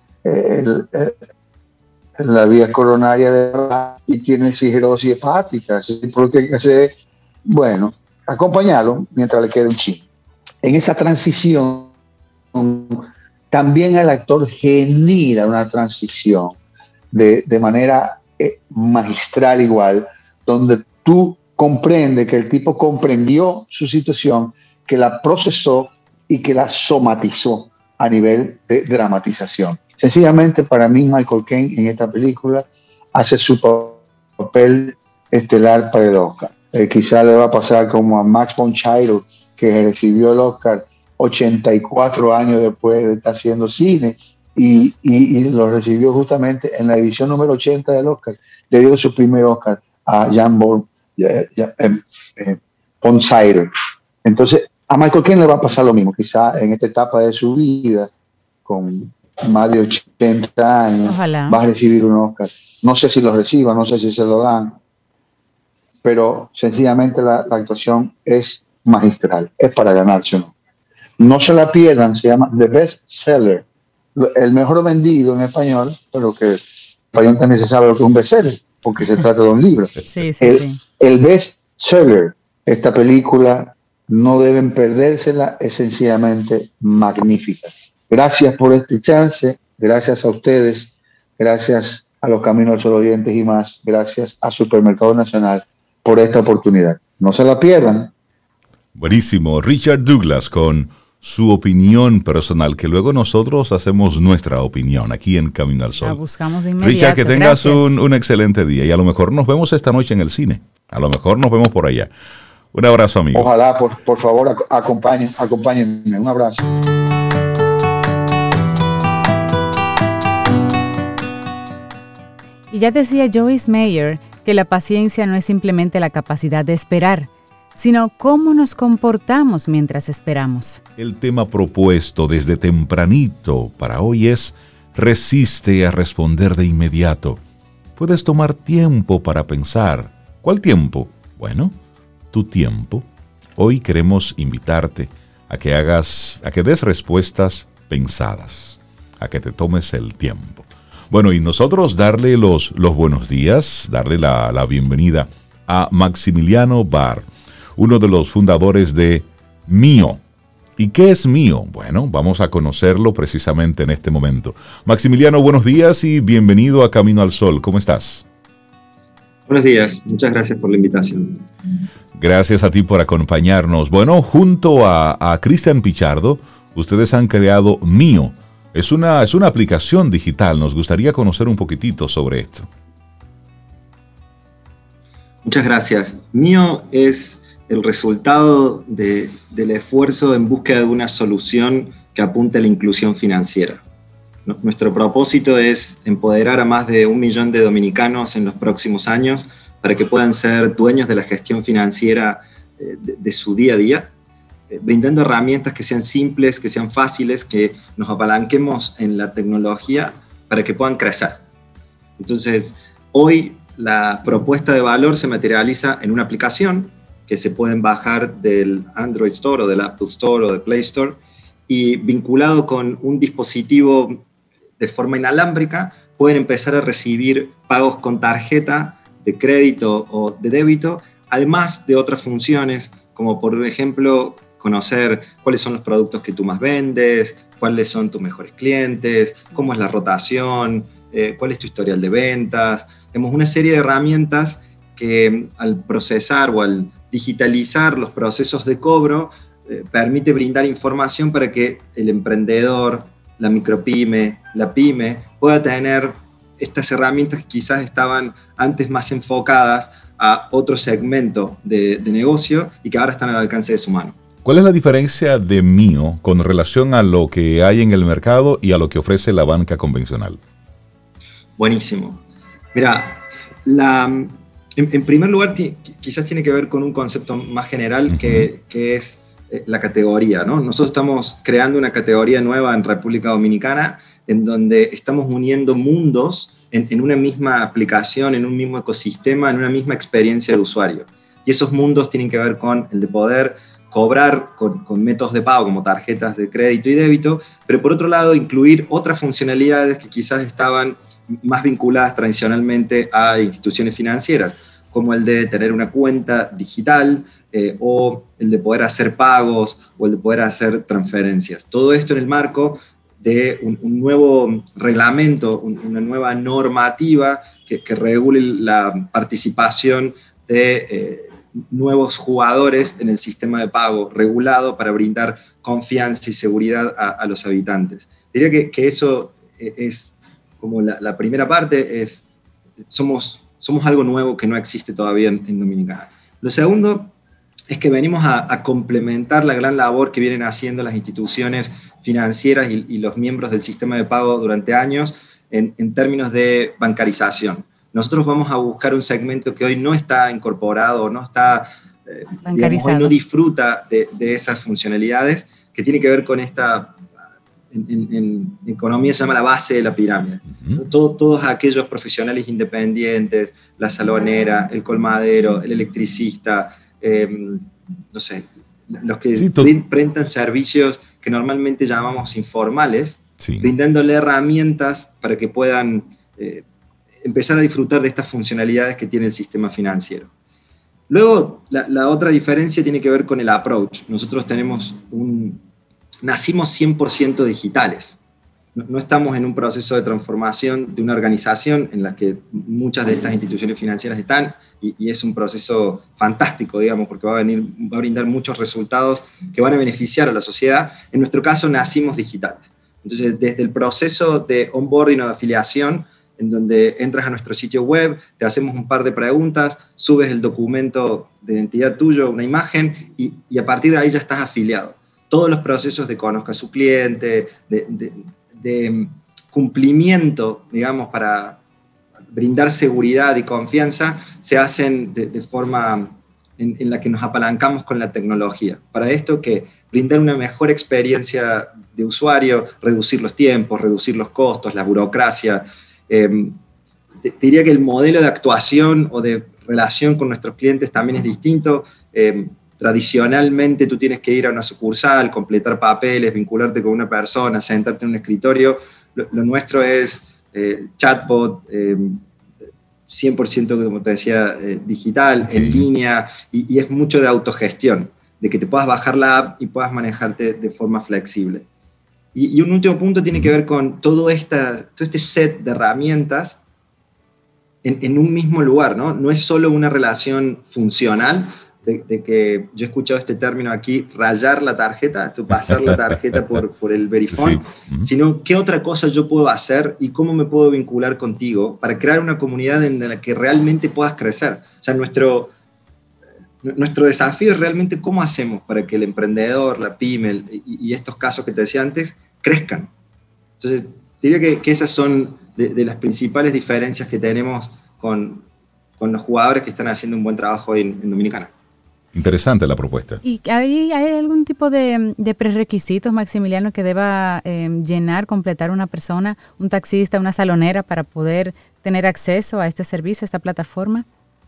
la vía coronaria de verdad y tiene cirrosis hepática. Ese tipo lo que hay que hacer, bueno, acompañarlo mientras le quede un chin. En esa transición, también el actor genera una transición de manera magistral igual, donde tú comprendes que el tipo comprendió su situación, que la procesó y que la somatizó a nivel de dramatización. Sencillamente, para mí, Michael Caine en esta película hace su papel estelar para el Oscar. Quizá le va a pasar como a Max von Sydow, que recibió el Oscar 84 años después de estar haciendo cine y lo recibió justamente en la edición número 80 del Oscar. Le dio su primer Oscar a Jan von Sydow. Entonces, a Michael Caine le va a pasar lo mismo, quizá en esta etapa de su vida, con más de 80 años, ojalá, va a recibir un Oscar. No sé si lo reciba, no sé si se lo dan, pero sencillamente la actuación es magistral, es para ganarse uno. No se la pierdan, se llama The Best Seller, el mejor vendido en español, pero que en español también se sabe lo que es un bestseller, porque se trata de un libro. Sí. El Best Seller, esta película no deben perdérsela, es sencillamente magnífica. Gracias por este chance, gracias a ustedes, gracias a los Caminos al Sol oyentes y más, gracias a Supermercado Nacional por esta oportunidad. No se la pierdan. Buenísimo. Richard Douglas con su opinión personal, que luego nosotros hacemos nuestra opinión aquí en Camino al Sol. La buscamos de inmediato. Richard, que tengas un excelente día y a lo mejor nos vemos esta noche en el cine. A lo mejor nos vemos por allá. Un abrazo, amigo. Ojalá, por favor, acompáñenme. Un abrazo. Y ya decía Joyce Meyer que la paciencia no es simplemente la capacidad de esperar, sino cómo nos comportamos mientras esperamos. El tema propuesto desde tempranito para hoy es: resiste a responder de inmediato. Puedes tomar tiempo para pensar. ¿Cuál tiempo? Bueno, tu tiempo. Hoy queremos invitarte a que des respuestas pensadas, a que te tomes el tiempo. Bueno, y nosotros darle los buenos días, darle la bienvenida a Maximiliano Bar, uno de los fundadores de Mío. ¿Y qué es Mío? Bueno, vamos a conocerlo precisamente en este momento. Maximiliano, buenos días y bienvenido a Camino al Sol. ¿Cómo estás? Buenos días, muchas gracias por la invitación. Gracias a ti por acompañarnos. Bueno, junto a Cristian Pichardo, ustedes han creado Mío. Es una aplicación digital. Nos gustaría conocer un poquitito sobre esto. Muchas gracias. Mío es el resultado del esfuerzo en búsqueda de una solución que apunte a la inclusión financiera. Nuestro propósito es empoderar a más de 1 millón de dominicanos en los próximos años para que puedan ser dueños de la gestión financiera de su día a día, brindando herramientas que sean simples, que sean fáciles, que nos apalanquemos en la tecnología para que puedan crecer. Entonces, Hoy la propuesta de valor se materializa en una aplicación que se pueden bajar del Android Store o del Apple Store o del Play Store, y vinculado con un dispositivo de forma inalámbrica, pueden empezar a recibir pagos con tarjeta de crédito o de débito, además de otras funciones, como por ejemplo conocer cuáles son los productos que tú más vendes, cuáles son tus mejores clientes, cómo es la rotación, cuál es tu historial de ventas. Tenemos una serie de herramientas que al procesar o al digitalizar los procesos de cobro permite brindar información para que el emprendedor, la micropyme, la pyme, pueda tener estas herramientas que quizás estaban antes más enfocadas a otro segmento de negocio y que ahora están al alcance de su mano. ¿Cuál es la diferencia de Mío con relación a lo que hay en el mercado y a lo que ofrece la banca convencional? Buenísimo. Mira, en primer lugar, quizás tiene que ver con un concepto más general que es la categoría, ¿no? Nosotros estamos creando una categoría nueva en República Dominicana en donde estamos uniendo mundos en una misma aplicación, en un mismo ecosistema, en una misma experiencia de usuario. Y esos mundos tienen que ver con el de poder cobrar con métodos de pago como tarjetas de crédito y débito, pero por otro lado incluir otras funcionalidades que quizás estaban más vinculadas tradicionalmente a instituciones financieras, como el de tener una cuenta digital, o el de poder hacer pagos, o el de poder hacer transferencias. Todo esto en el marco de un nuevo reglamento, una nueva normativa que regule la participación de nuevos jugadores en el sistema de pago regulado para brindar confianza y seguridad a los habitantes. Diría que eso es como la primera parte, somos algo nuevo que no existe todavía en Dominicana. Lo segundo es que venimos a complementar la gran labor que vienen haciendo las instituciones financieras y los miembros del sistema de pago durante años en términos de bancarización. Nosotros vamos a buscar un segmento que hoy no está incorporado, no está, digamos, hoy no disfruta de esas funcionalidades, que tiene que ver con esta, en economía se llama la base de la pirámide. Todos aquellos profesionales independientes, la salonera, el colmadero, el electricista, no sé, los que prestan servicios que normalmente llamamos informales, brindándole herramientas para que puedan empezar a disfrutar de estas funcionalidades que tiene el sistema financiero. Luego, la otra diferencia tiene que ver con el approach. Nosotros nacimos 100% digitales. No estamos en un proceso de transformación de una organización en la que muchas de estas instituciones financieras están, y es un proceso fantástico, digamos, porque va a brindar muchos resultados que van a beneficiar a la sociedad. En nuestro caso, nacimos digitales. Entonces, desde el proceso de onboarding o de afiliación, en donde entras a nuestro sitio web, te hacemos un par de preguntas, subes el documento de identidad tuyo, una imagen, y a partir de ahí ya estás afiliado. Todos los procesos de conozca a su cliente, de cumplimiento, digamos, para brindar seguridad y confianza, se hacen de forma en la que nos apalancamos con la tecnología. Para esto, que brindar una mejor experiencia de usuario, reducir los tiempos, reducir los costos, la burocracia. Te diría que el modelo de actuación o de relación con nuestros clientes también es distinto. Tradicionalmente tú tienes que ir a una sucursal, completar papeles, vincularte con una persona, sentarte en un escritorio. Lo nuestro es chatbot, 100%, como te decía, digital, en línea, y es mucho de autogestión, de que te puedas bajar la app y puedas manejarte de forma flexible. Y un último punto tiene que ver con todo este set de herramientas en un mismo lugar, ¿no? No es solo una relación funcional, de que yo he escuchado este término aquí, rayar la tarjeta, pasar la tarjeta por el verifone, sino qué otra cosa yo puedo hacer y cómo me puedo vincular contigo para crear una comunidad en la que realmente puedas crecer. O sea, nuestro desafío es realmente cómo hacemos para que el emprendedor, la pyme y estos casos que te decía antes, crezcan. Entonces, diría que esas son de las principales diferencias que tenemos con los jugadores que están haciendo un buen trabajo hoy en Dominicana. Interesante la propuesta. ¿Y hay algún tipo de prerequisitos, Maximiliano, que deba completar una persona, un taxista, una salonera, para poder tener acceso a este servicio, a esta plataforma?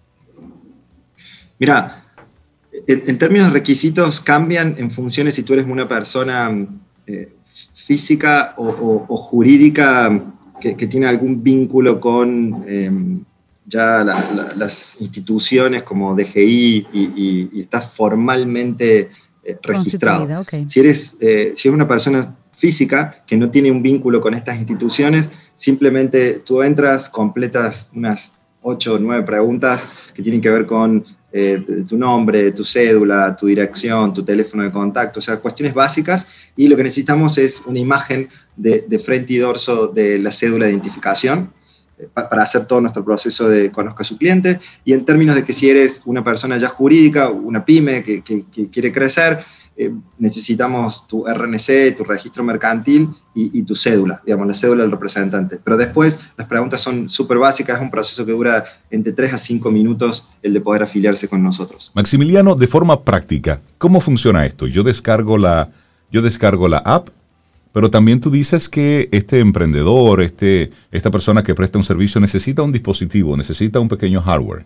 Mira, en términos de requisitos cambian en función de si tú eres una persona física o jurídica que tiene algún vínculo con ya las instituciones como DGI y estás formalmente registrado. Okay. Si eres una persona física que no tiene un vínculo con estas instituciones, simplemente tú entras, completas unas 8 o 9 preguntas que tienen que ver con tu nombre, tu cédula, tu dirección, tu teléfono de contacto, o sea, cuestiones básicas, y lo que necesitamos es una imagen de frente y dorso de la cédula de identificación para hacer todo nuestro proceso de conozca a su cliente. Y en términos de que si eres una persona ya jurídica, una pyme que quiere crecer, necesitamos tu RNC, tu registro mercantil y tu cédula, digamos, la cédula del representante. Pero después las preguntas son súper básicas, es un proceso que dura entre 3 a 5 minutos el de poder afiliarse con nosotros. Maximiliano, de forma práctica, ¿cómo funciona esto? Yo descargo la app, pero también tú dices que este emprendedor, esta persona que presta un servicio necesita un dispositivo, necesita un pequeño hardware.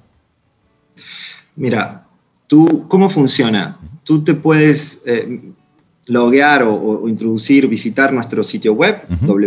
Mira, ¿cómo funciona? Tú te puedes loguear o introducir, visitar nuestro sitio web,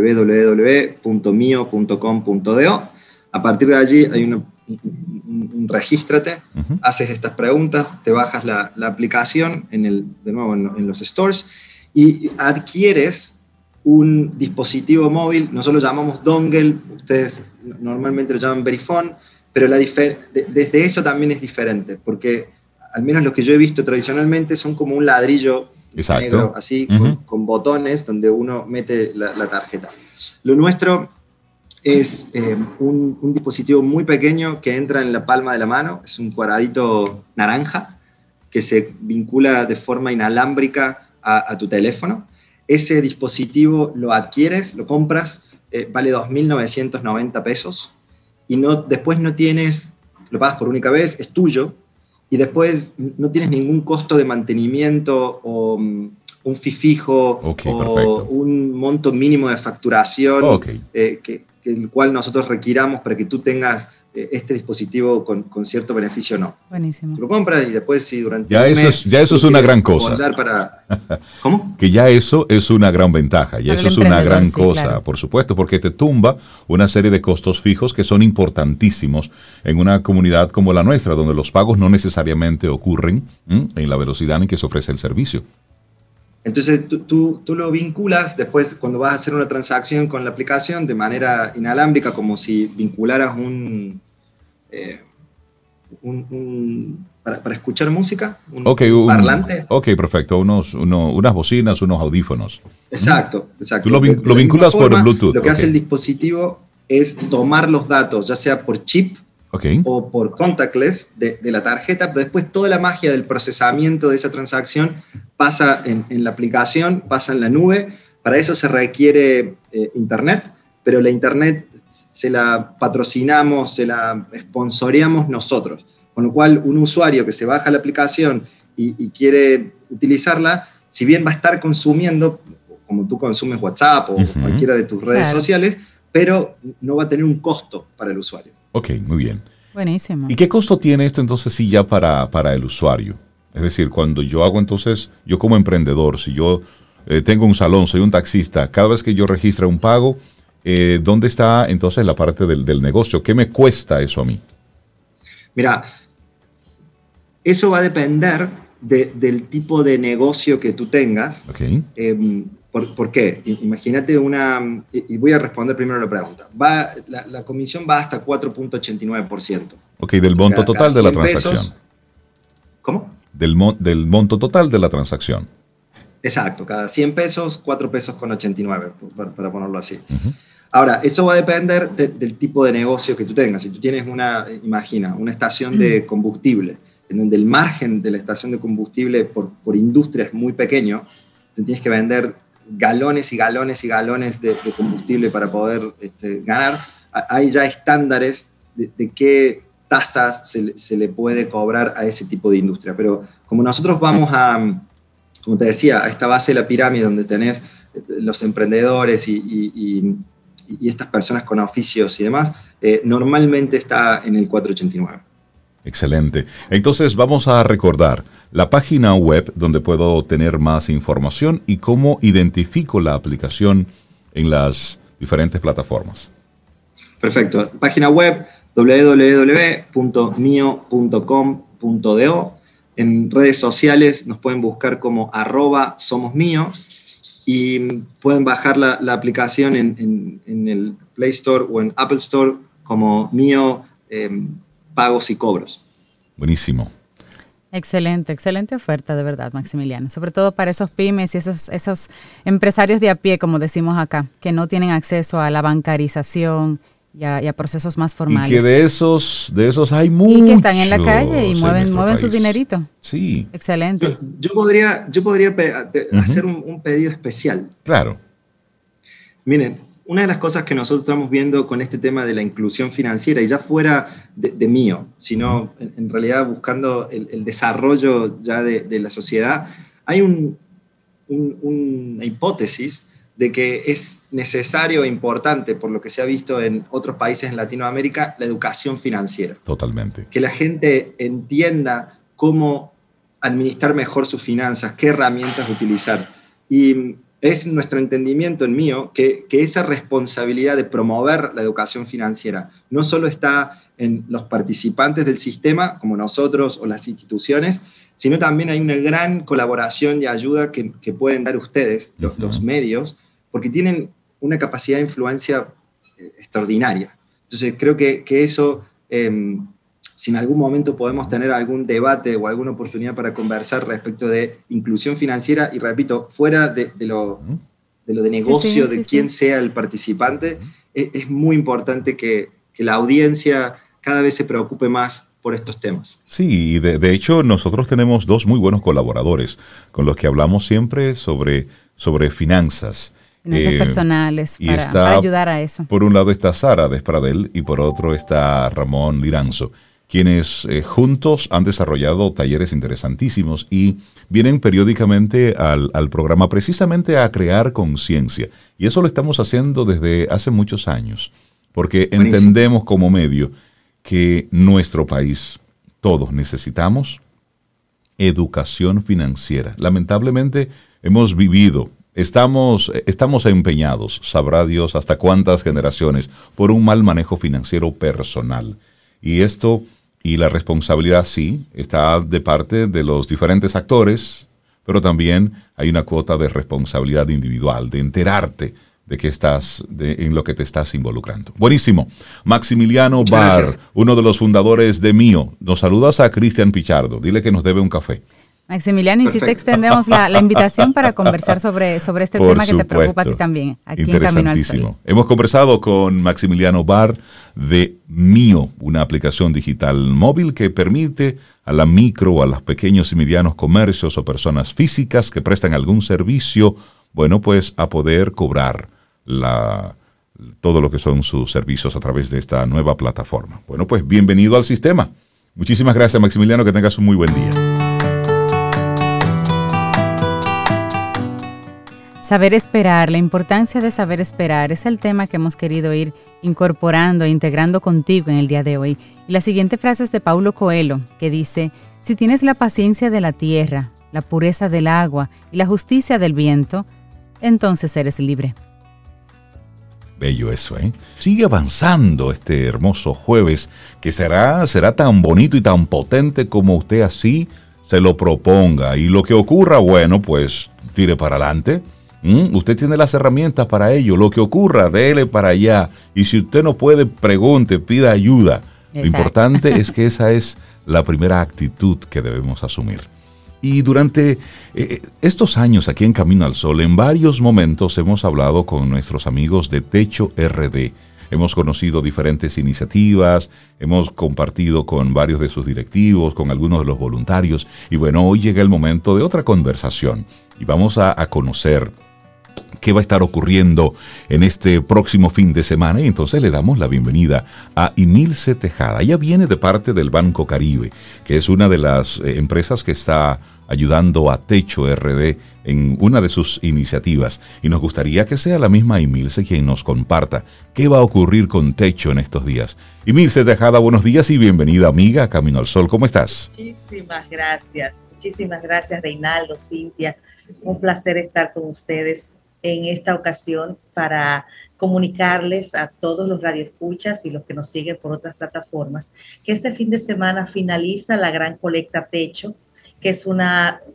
www.mio.com.do. A partir de allí hay un regístrate, haces estas preguntas, te bajas la aplicación de nuevo en los stores y adquieres un dispositivo móvil. Nosotros lo llamamos dongle, ustedes normalmente lo llaman Verifone, pero desde eso también es diferente, porque al menos lo que yo he visto tradicionalmente son como un ladrillo negro, así, con botones donde uno mete la tarjeta. Lo nuestro es un dispositivo muy pequeño que entra en la palma de la mano, es un cuadradito naranja que se vincula de forma inalámbrica a tu teléfono. Ese dispositivo lo adquieres, lo compras, vale 2.990 pesos y después no tienes, lo pagas por única vez, es tuyo. Y después no tienes ningún costo de mantenimiento o un fee fijo perfecto. Un monto mínimo de facturación el cual nosotros requiramos para que tú tengas este dispositivo con cierto beneficio o no. Buenísimo. Tú lo compras y después si durante ya eso es una gran cosa. ¿Cómo? Que ya eso es una gran ventaja, ya eso es una gran cosa, claro. Por supuesto, porque te tumba una serie de costos fijos que son importantísimos en una comunidad como la nuestra, donde los pagos no necesariamente ocurren en la velocidad en que se ofrece el servicio. Entonces tú lo vinculas después cuando vas a hacer una transacción con la aplicación de manera inalámbrica, como si vincularas para escuchar música, un parlante. Ok, perfecto, unas bocinas, unos audífonos. Exacto. Tú lo vinculas por Bluetooth. Lo que hace el dispositivo es tomar los datos, ya sea por chip o por contactless de la tarjeta, pero después toda la magia del procesamiento de esa transacción pasa en la aplicación, pasa en la nube. Para eso se requiere internet, pero la internet se la patrocinamos, se la sponsoreamos nosotros. Con lo cual, un usuario que se baja la aplicación y quiere utilizarla, si bien va a estar consumiendo, como tú consumes WhatsApp o cualquiera de tus redes sociales, pero no va a tener un costo para el usuario. Ok, muy bien. Buenísimo. ¿Y qué costo tiene esto entonces sí ya para el usuario? Es decir, cuando yo hago entonces, yo como emprendedor, si yo tengo un salón, soy un taxista, cada vez que yo registro un pago, ¿dónde está entonces la parte del negocio? ¿Qué me cuesta eso a mí? Mira, eso va a depender del tipo de negocio que tú tengas. Okay. ¿Por qué? Imagínate y voy a responder primero la pregunta. La comisión va hasta 4.89%. Ok, del monto total de la transacción. Pesos, ¿cómo? Del monto total de la transacción. Exacto, cada 100 pesos, 4 pesos con 89, para ponerlo así. Ahora, eso va a depender del tipo de negocio que tú tengas. Si tú tienes una estación de combustible, en donde el margen de la estación de combustible por industria es muy pequeño, te tienes que vender galones y galones y galones de combustible para poder ganar. Hay ya estándares de qué tasas se le puede cobrar a ese tipo de industria. Pero como nosotros vamos como te decía, a esta base de la pirámide donde tenés los emprendedores y estas personas con oficios y demás, normalmente está en el 489. Excelente. Entonces vamos a recordar la página web donde puedo tener más información y cómo identifico la aplicación en las diferentes plataformas. Perfecto. Página web www.mio.com.do. En redes sociales nos pueden buscar como @somosmio y pueden bajar la aplicación en el Play Store o en Apple Store como Mio Pagos y Cobros. Buenísimo. Excelente oferta, de verdad, Maximiliano. Sobre todo para esos pymes y esos empresarios de a pie, como decimos acá, que no tienen acceso a la bancarización y a procesos más formales. Y que de esos hay muchos. Y que están en la calle y mueven su dinerito. Sí. Excelente. Yo podría hacer un pedido especial. Claro. Miren, una de las cosas que nosotros estamos viendo con este tema de la inclusión financiera, y ya fuera de Mio, sino en realidad buscando el desarrollo ya de la sociedad, hay una hipótesis de que es necesario e importante, por lo que se ha visto en otros países en Latinoamérica, la educación financiera. Totalmente. Que la gente entienda cómo administrar mejor sus finanzas, qué herramientas utilizar. Y es nuestro entendimiento en Mio que esa responsabilidad de promover la educación financiera no solo está en los participantes del sistema, como nosotros o las instituciones, sino también hay una gran colaboración y ayuda que pueden dar ustedes, los medios, porque tienen una capacidad de influencia extraordinaria. Entonces creo que eso, si en algún momento podemos tener algún debate o alguna oportunidad para conversar respecto de inclusión financiera, y repito, fuera de lo de negocio, de quién sea el participante, es muy importante que la audiencia cada vez se preocupe más por estos temas. Sí, y de hecho nosotros tenemos dos muy buenos colaboradores con los que hablamos siempre sobre finanzas. Finanzas personales, para ayudar a eso. Por un lado está Sara Despradel y por otro está Ramón Liranzo, quienes juntos han desarrollado talleres interesantísimos y vienen periódicamente al programa precisamente a crear conciencia. Y eso lo estamos haciendo desde hace muchos años, porque entendemos como medio que nuestro país, todos necesitamos educación financiera. Lamentablemente hemos vivido, estamos empeñados, sabrá Dios hasta cuántas generaciones, por un mal manejo financiero personal. Y esto, y la responsabilidad sí, está de parte de los diferentes actores, pero también hay una cuota de responsabilidad individual, de enterarte de qué en lo que te estás involucrando. Buenísimo. Maximiliano Bar, uno de los fundadores de Mio. Nos saludas a Cristian Pichardo. Dile que nos debe un café. Maximiliano, y si te extendemos la invitación para conversar sobre este tema que te preocupa a ti también, aquí en Camino al Sol. Hemos conversado con Maximiliano Bar de Mio, una aplicación digital móvil que permite a la micro, a los pequeños y medianos comercios o personas físicas que prestan algún servicio, bueno, pues a poder cobrar todo lo que son sus servicios a través de esta nueva plataforma. Bueno, pues bienvenido al sistema. Muchísimas gracias, Maximiliano, que tengas un muy buen día. Saber esperar, la importancia de saber esperar es el tema que hemos querido ir incorporando e integrando contigo en el día de hoy. Y la siguiente frase es de Paulo Coelho, que dice: si tienes la paciencia de la tierra, la pureza del agua y la justicia del viento, entonces eres libre. Bello eso, ¿eh? Sigue avanzando este hermoso jueves, que será tan bonito y tan potente como usted así se lo proponga. Y lo que ocurra, bueno, pues tire para adelante. Usted tiene las herramientas para ello. Lo que ocurra, dele para allá. Y si usted no puede, pregunte, pida ayuda. Exacto. Lo importante es que esa es la primera actitud que debemos asumir. Y durante estos años aquí en Camino al Sol, en varios momentos hemos hablado con nuestros amigos de Techo RD. Hemos conocido diferentes iniciativas, hemos compartido con varios de sus directivos, con algunos de los voluntarios. Y bueno, hoy llega el momento de otra conversación y vamos a conocer qué va a estar ocurriendo en este próximo fin de semana. Y entonces le damos la bienvenida a Imilce Tejada. Ella viene de parte del Banco Caribe, que es una de las empresas que está ayudando a Techo RD en una de sus iniciativas. Y nos gustaría que sea la misma Imilce quien nos comparta qué va a ocurrir con Techo en estos días. Imilce Tejada, buenos días y bienvenida, amiga, a Camino al Sol. ¿Cómo estás? Muchísimas gracias, Reinaldo, Cintia. Un placer estar con ustedes en esta ocasión para comunicarles a todos los radioescuchas y los que nos siguen por otras plataformas que este fin de semana finaliza la Gran Colecta Techo, que es un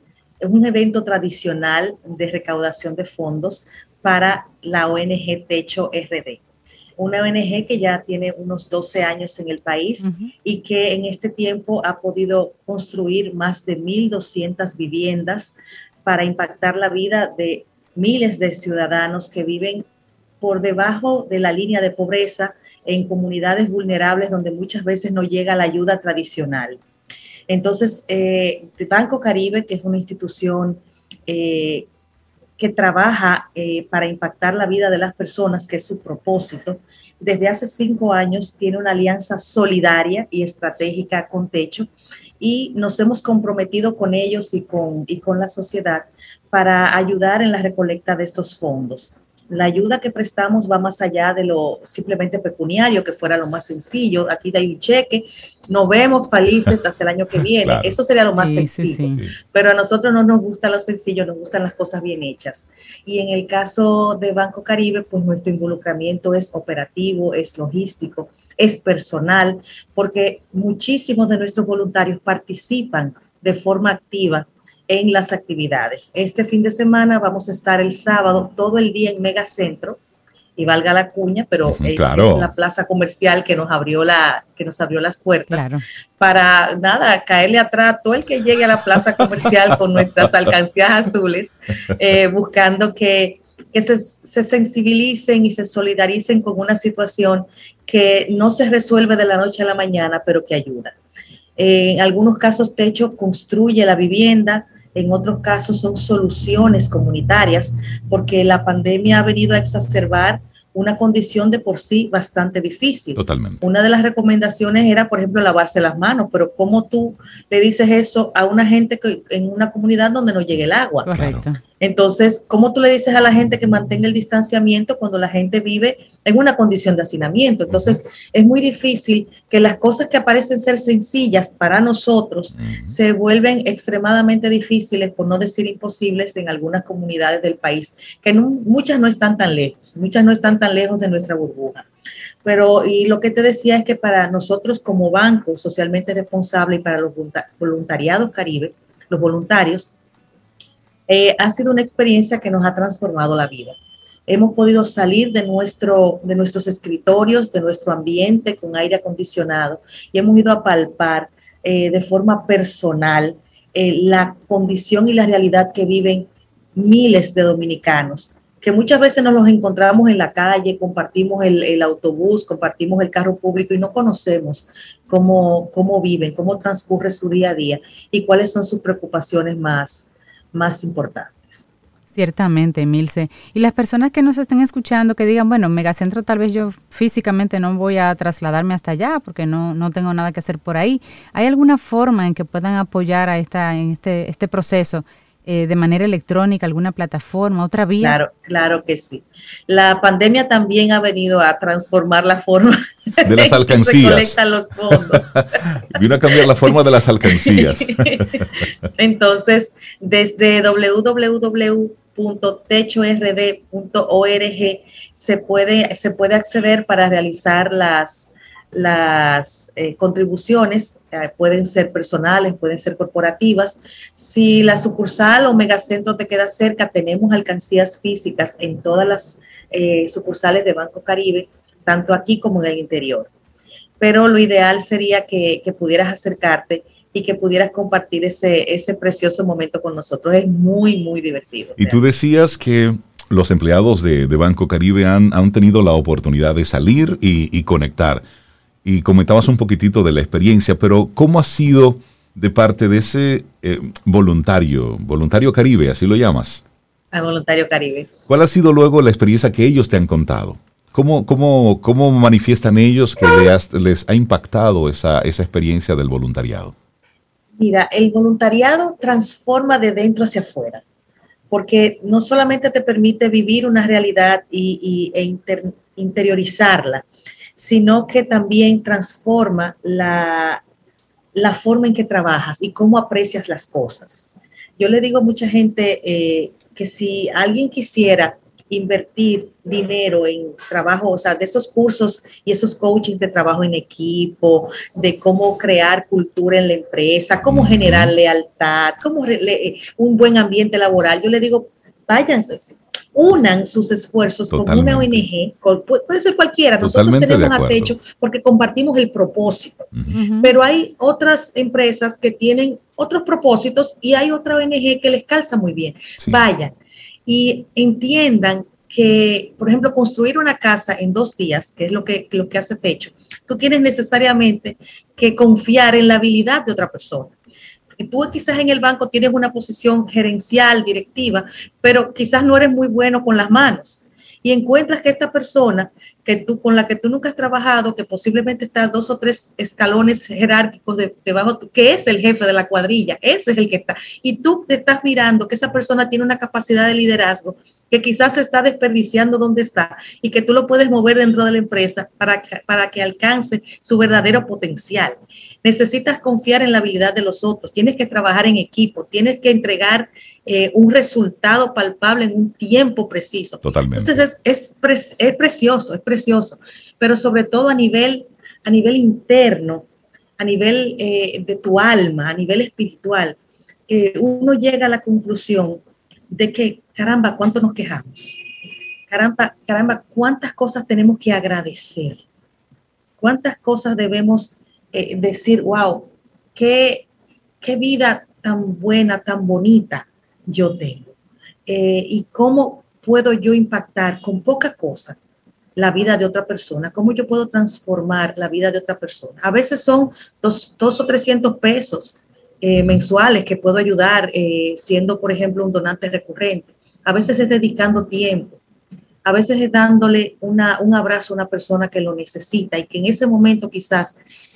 evento tradicional de recaudación de fondos para la ONG Techo RD. Una ONG que ya tiene unos 12 años en el país y que en este tiempo ha podido construir más de 1,200 viviendas para impactar la vida de miles de ciudadanos que viven por debajo de la línea de pobreza en comunidades vulnerables donde muchas veces no llega la ayuda tradicional. Entonces, Banco Caribe, que es una institución que trabaja para impactar la vida de las personas, que es su propósito, desde hace 5 años tiene una alianza solidaria y estratégica con Techo y nos hemos comprometido con ellos y con la sociedad para ayudar en la recolecta de estos fondos. La ayuda que prestamos va más allá de lo simplemente pecuniario, que fuera lo más sencillo. Aquí hay un cheque, nos vemos felices hasta el año que viene. Claro. Eso sería lo más sencillo. Sí. Pero a nosotros no nos gusta lo sencillo, nos gustan las cosas bien hechas. Y en el caso de Banco Caribe, pues nuestro involucramiento es operativo, es logístico, es personal, porque muchísimos de nuestros voluntarios participan de forma activa en las actividades. Este fin de semana vamos a estar el sábado todo el día en Megacentro, y valga la cuña, pero claro, es la plaza comercial que nos abrió las puertas, claro, para caerle atrás a todo el que llegue a la plaza comercial con nuestras alcancías azules, buscando que se sensibilicen y se solidaricen con una situación que no se resuelve de la noche a la mañana, pero que ayuda. En algunos casos Techo construye la vivienda, en otros casos son soluciones comunitarias, porque la pandemia ha venido a exacerbar una condición de por sí bastante difícil. Totalmente. Una de las recomendaciones era, por ejemplo, lavarse las manos, pero ¿cómo tú le dices eso a una gente que, en una comunidad donde no llegue el agua? Correcto. Entonces, ¿cómo tú le dices a la gente que mantenga el distanciamiento cuando la gente vive en una condición de hacinamiento? Entonces, es muy difícil que las cosas que parecen ser sencillas para nosotros se vuelven extremadamente difíciles, por no decir imposibles, en algunas comunidades del país, que muchas no están tan lejos de nuestra burbuja. Pero, y lo que te decía es que para nosotros como banco socialmente responsable y para los voluntariados Caribe, los voluntarios, ha sido una experiencia que nos ha transformado la vida. Hemos podido salir de nuestros escritorios, de nuestro ambiente con aire acondicionado, y hemos ido a palpar de forma personal la condición y la realidad que viven miles de dominicanos, que muchas veces nos los encontramos en la calle, compartimos el autobús, compartimos el carro público y no conocemos cómo viven, cómo transcurre su día a día y cuáles son sus preocupaciones más importantes. Ciertamente, Emilce. Y las personas que nos estén escuchando, que digan, bueno, Megacentro tal vez yo físicamente no voy a trasladarme hasta allá porque no tengo nada que hacer por ahí. ¿Hay alguna forma en que puedan apoyar a este proceso de manera electrónica, alguna plataforma, otra vía? Claro que sí. La pandemia también ha venido a transformar la forma de las alcancías. Se colectan los fondos. Vino a cambiar la forma de las alcancías. Entonces, desde www.techord.org se puede acceder para realizar las contribuciones, pueden ser personales, pueden ser corporativas. Si la sucursal o megacentro te queda cerca, tenemos alcancías físicas en todas las sucursales de Banco Caribe, tanto aquí como en el interior. Pero lo ideal sería que pudieras acercarte y que pudieras compartir ese precioso momento con nosotros. Es muy, muy divertido. Y tú decías que los empleados de Banco Caribe han tenido la oportunidad de salir y conectar. Y comentabas un poquitito de la experiencia, pero ¿cómo ha sido de parte de ese voluntario Caribe, así lo llamas? a Voluntario Caribe. ¿Cuál ha sido luego la experiencia que ellos te han contado? ¿Cómo manifiestan ellos que les ha impactado esa experiencia del voluntariado? Mira, el voluntariado transforma de dentro hacia afuera, porque no solamente te permite vivir una realidad e interiorizarla, sino que también transforma la forma en que trabajas y cómo aprecias las cosas. Yo le digo a mucha gente que si alguien quisiera invertir dinero en trabajo, o sea, de esos cursos y esos coachings de trabajo en equipo, de cómo crear cultura en la empresa, cómo generar lealtad, cómo un buen ambiente laboral, yo le digo, váyanse, unan sus esfuerzos con una ONG, puede ser cualquiera, nosotros tenemos a Techo porque compartimos el propósito, pero hay otras empresas que tienen otros propósitos y hay otra ONG que les calza muy bien. Sí. Vayan y entiendan que, por ejemplo, construir una casa en 2 días, que es lo que hace Techo, tú tienes necesariamente que confiar en la habilidad de otra persona. Tú quizás en el banco tienes una posición gerencial, directiva, pero quizás no eres muy bueno con las manos. Y encuentras que esta persona con la que tú nunca has trabajado, que posiblemente está 2 o 3 escalones jerárquicos debajo, que es el jefe de la cuadrilla, ese es el que está. Y tú te estás mirando que esa persona tiene una capacidad de liderazgo que quizás se está desperdiciando donde está y que tú lo puedes mover dentro de la empresa para que alcance su verdadero potencial. Necesitas confiar en la habilidad de los otros, tienes que trabajar en equipo, tienes que entregar un resultado palpable en un tiempo preciso. Totalmente. Entonces es precioso, pero sobre todo a nivel interno, a nivel de tu alma, a nivel espiritual, uno llega a la conclusión de que, caramba, ¿cuánto nos quejamos? Caramba, ¿cuántas cosas tenemos que agradecer? ¿Cuántas cosas debemos decir, wow, qué vida tan buena, tan bonita yo tengo? Y cómo puedo yo impactar con poca cosa la vida de otra persona, cómo yo puedo transformar la vida de otra persona. A veces son 200 o 300 pesos mensuales que puedo ayudar siendo, por ejemplo, un donante recurrente. A veces es dedicando tiempo, a veces es dándole un abrazo a una persona que lo necesita y que en ese momento quizás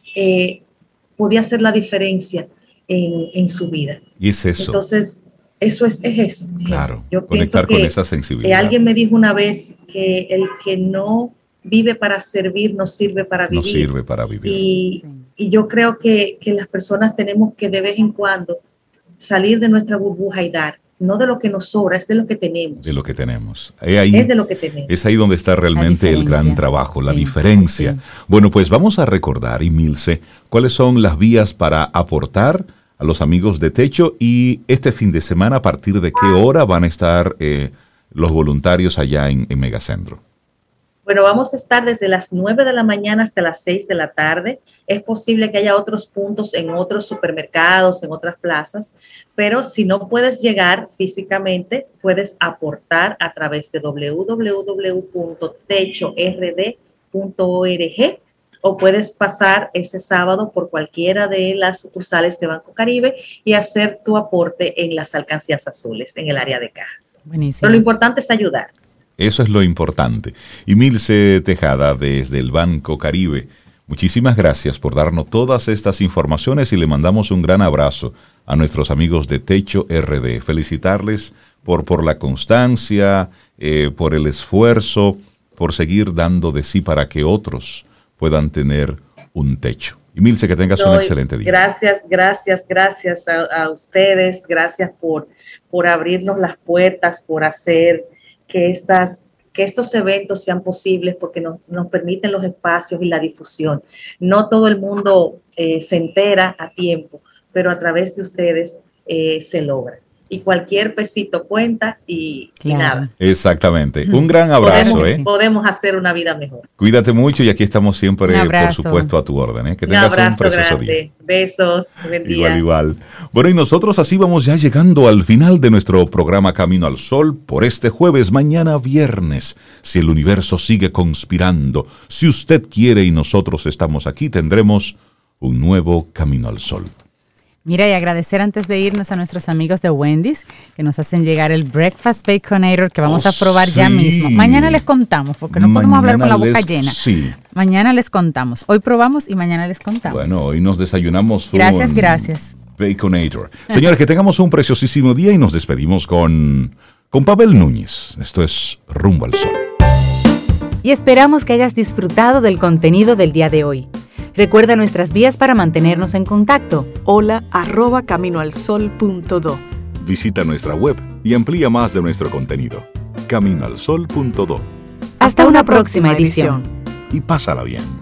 podía hacer la diferencia en su vida. Y es eso. Entonces, eso es eso. Claro, yo conectar con esa sensibilidad. Alguien me dijo una vez que el que no vive para servir no sirve para vivir. No sirve para vivir. Y yo creo que las personas tenemos que de vez en cuando salir de nuestra burbuja y dar. No de lo que nos sobra, es de lo que tenemos. De lo que tenemos. Es de lo que tenemos. Es ahí donde está realmente el gran trabajo, la diferencia. Sí. Bueno, pues vamos a recordar, Imilce, cuáles son las vías para aportar a los amigos de Techo y este fin de semana, a partir de qué hora van a estar los voluntarios allá en Megacentro. Bueno, vamos a estar desde las 9 de la mañana hasta las 6 de la tarde. Es posible que haya otros puntos en otros supermercados, en otras plazas, pero si no puedes llegar físicamente, puedes aportar a través de www.techord.org o puedes pasar ese sábado por cualquiera de las sucursales de Banco Caribe y hacer tu aporte en las alcancías azules en el área de caja. Buenísimo. Pero lo importante es ayudar. Eso es lo importante. Imilce Tejada, desde el Banco Caribe, muchísimas gracias por darnos todas estas informaciones y le mandamos un gran abrazo a nuestros amigos de Techo RD. Felicitarles por la constancia, por el esfuerzo, por seguir dando de sí para que otros puedan tener un techo. Imilce, que tengas un excelente día. Gracias a ustedes, gracias por abrirnos las puertas, por hacer que estos eventos sean posibles porque nos permiten los espacios y la difusión. No todo el mundo se entera a tiempo, pero a través de ustedes se logra. Y cualquier pesito cuenta y nada. Exactamente. Un gran abrazo. Podemos hacer una vida mejor. Cuídate mucho y aquí estamos siempre, por supuesto, a tu orden. Que tengas un precioso día. Besos. Buen día. Igual. Bueno, y nosotros así vamos ya llegando al final de nuestro programa Camino al Sol por este jueves, mañana viernes. Si el universo sigue conspirando, si usted quiere y nosotros estamos aquí, tendremos un nuevo Camino al Sol. Mira, y agradecer antes de irnos a nuestros amigos de Wendy's que nos hacen llegar el Breakfast Baconator que vamos a probar ya mismo. Mañana les contamos, porque no podemos hablar con la boca llena. Sí. Mañana les contamos. Hoy probamos y mañana les contamos. Bueno, hoy nos desayunamos Gracias. Baconator. Señores, que tengamos un preciosísimo día y nos despedimos con Pavel Núñez. Esto es Rumbo al Sol. Y esperamos que hayas disfrutado del contenido del día de hoy. Recuerda nuestras vías para mantenernos en contacto. hola@caminoalsol.do. Visita nuestra web y amplía más de nuestro contenido. caminoalsol.do. Hasta una próxima edición. Y pásala bien.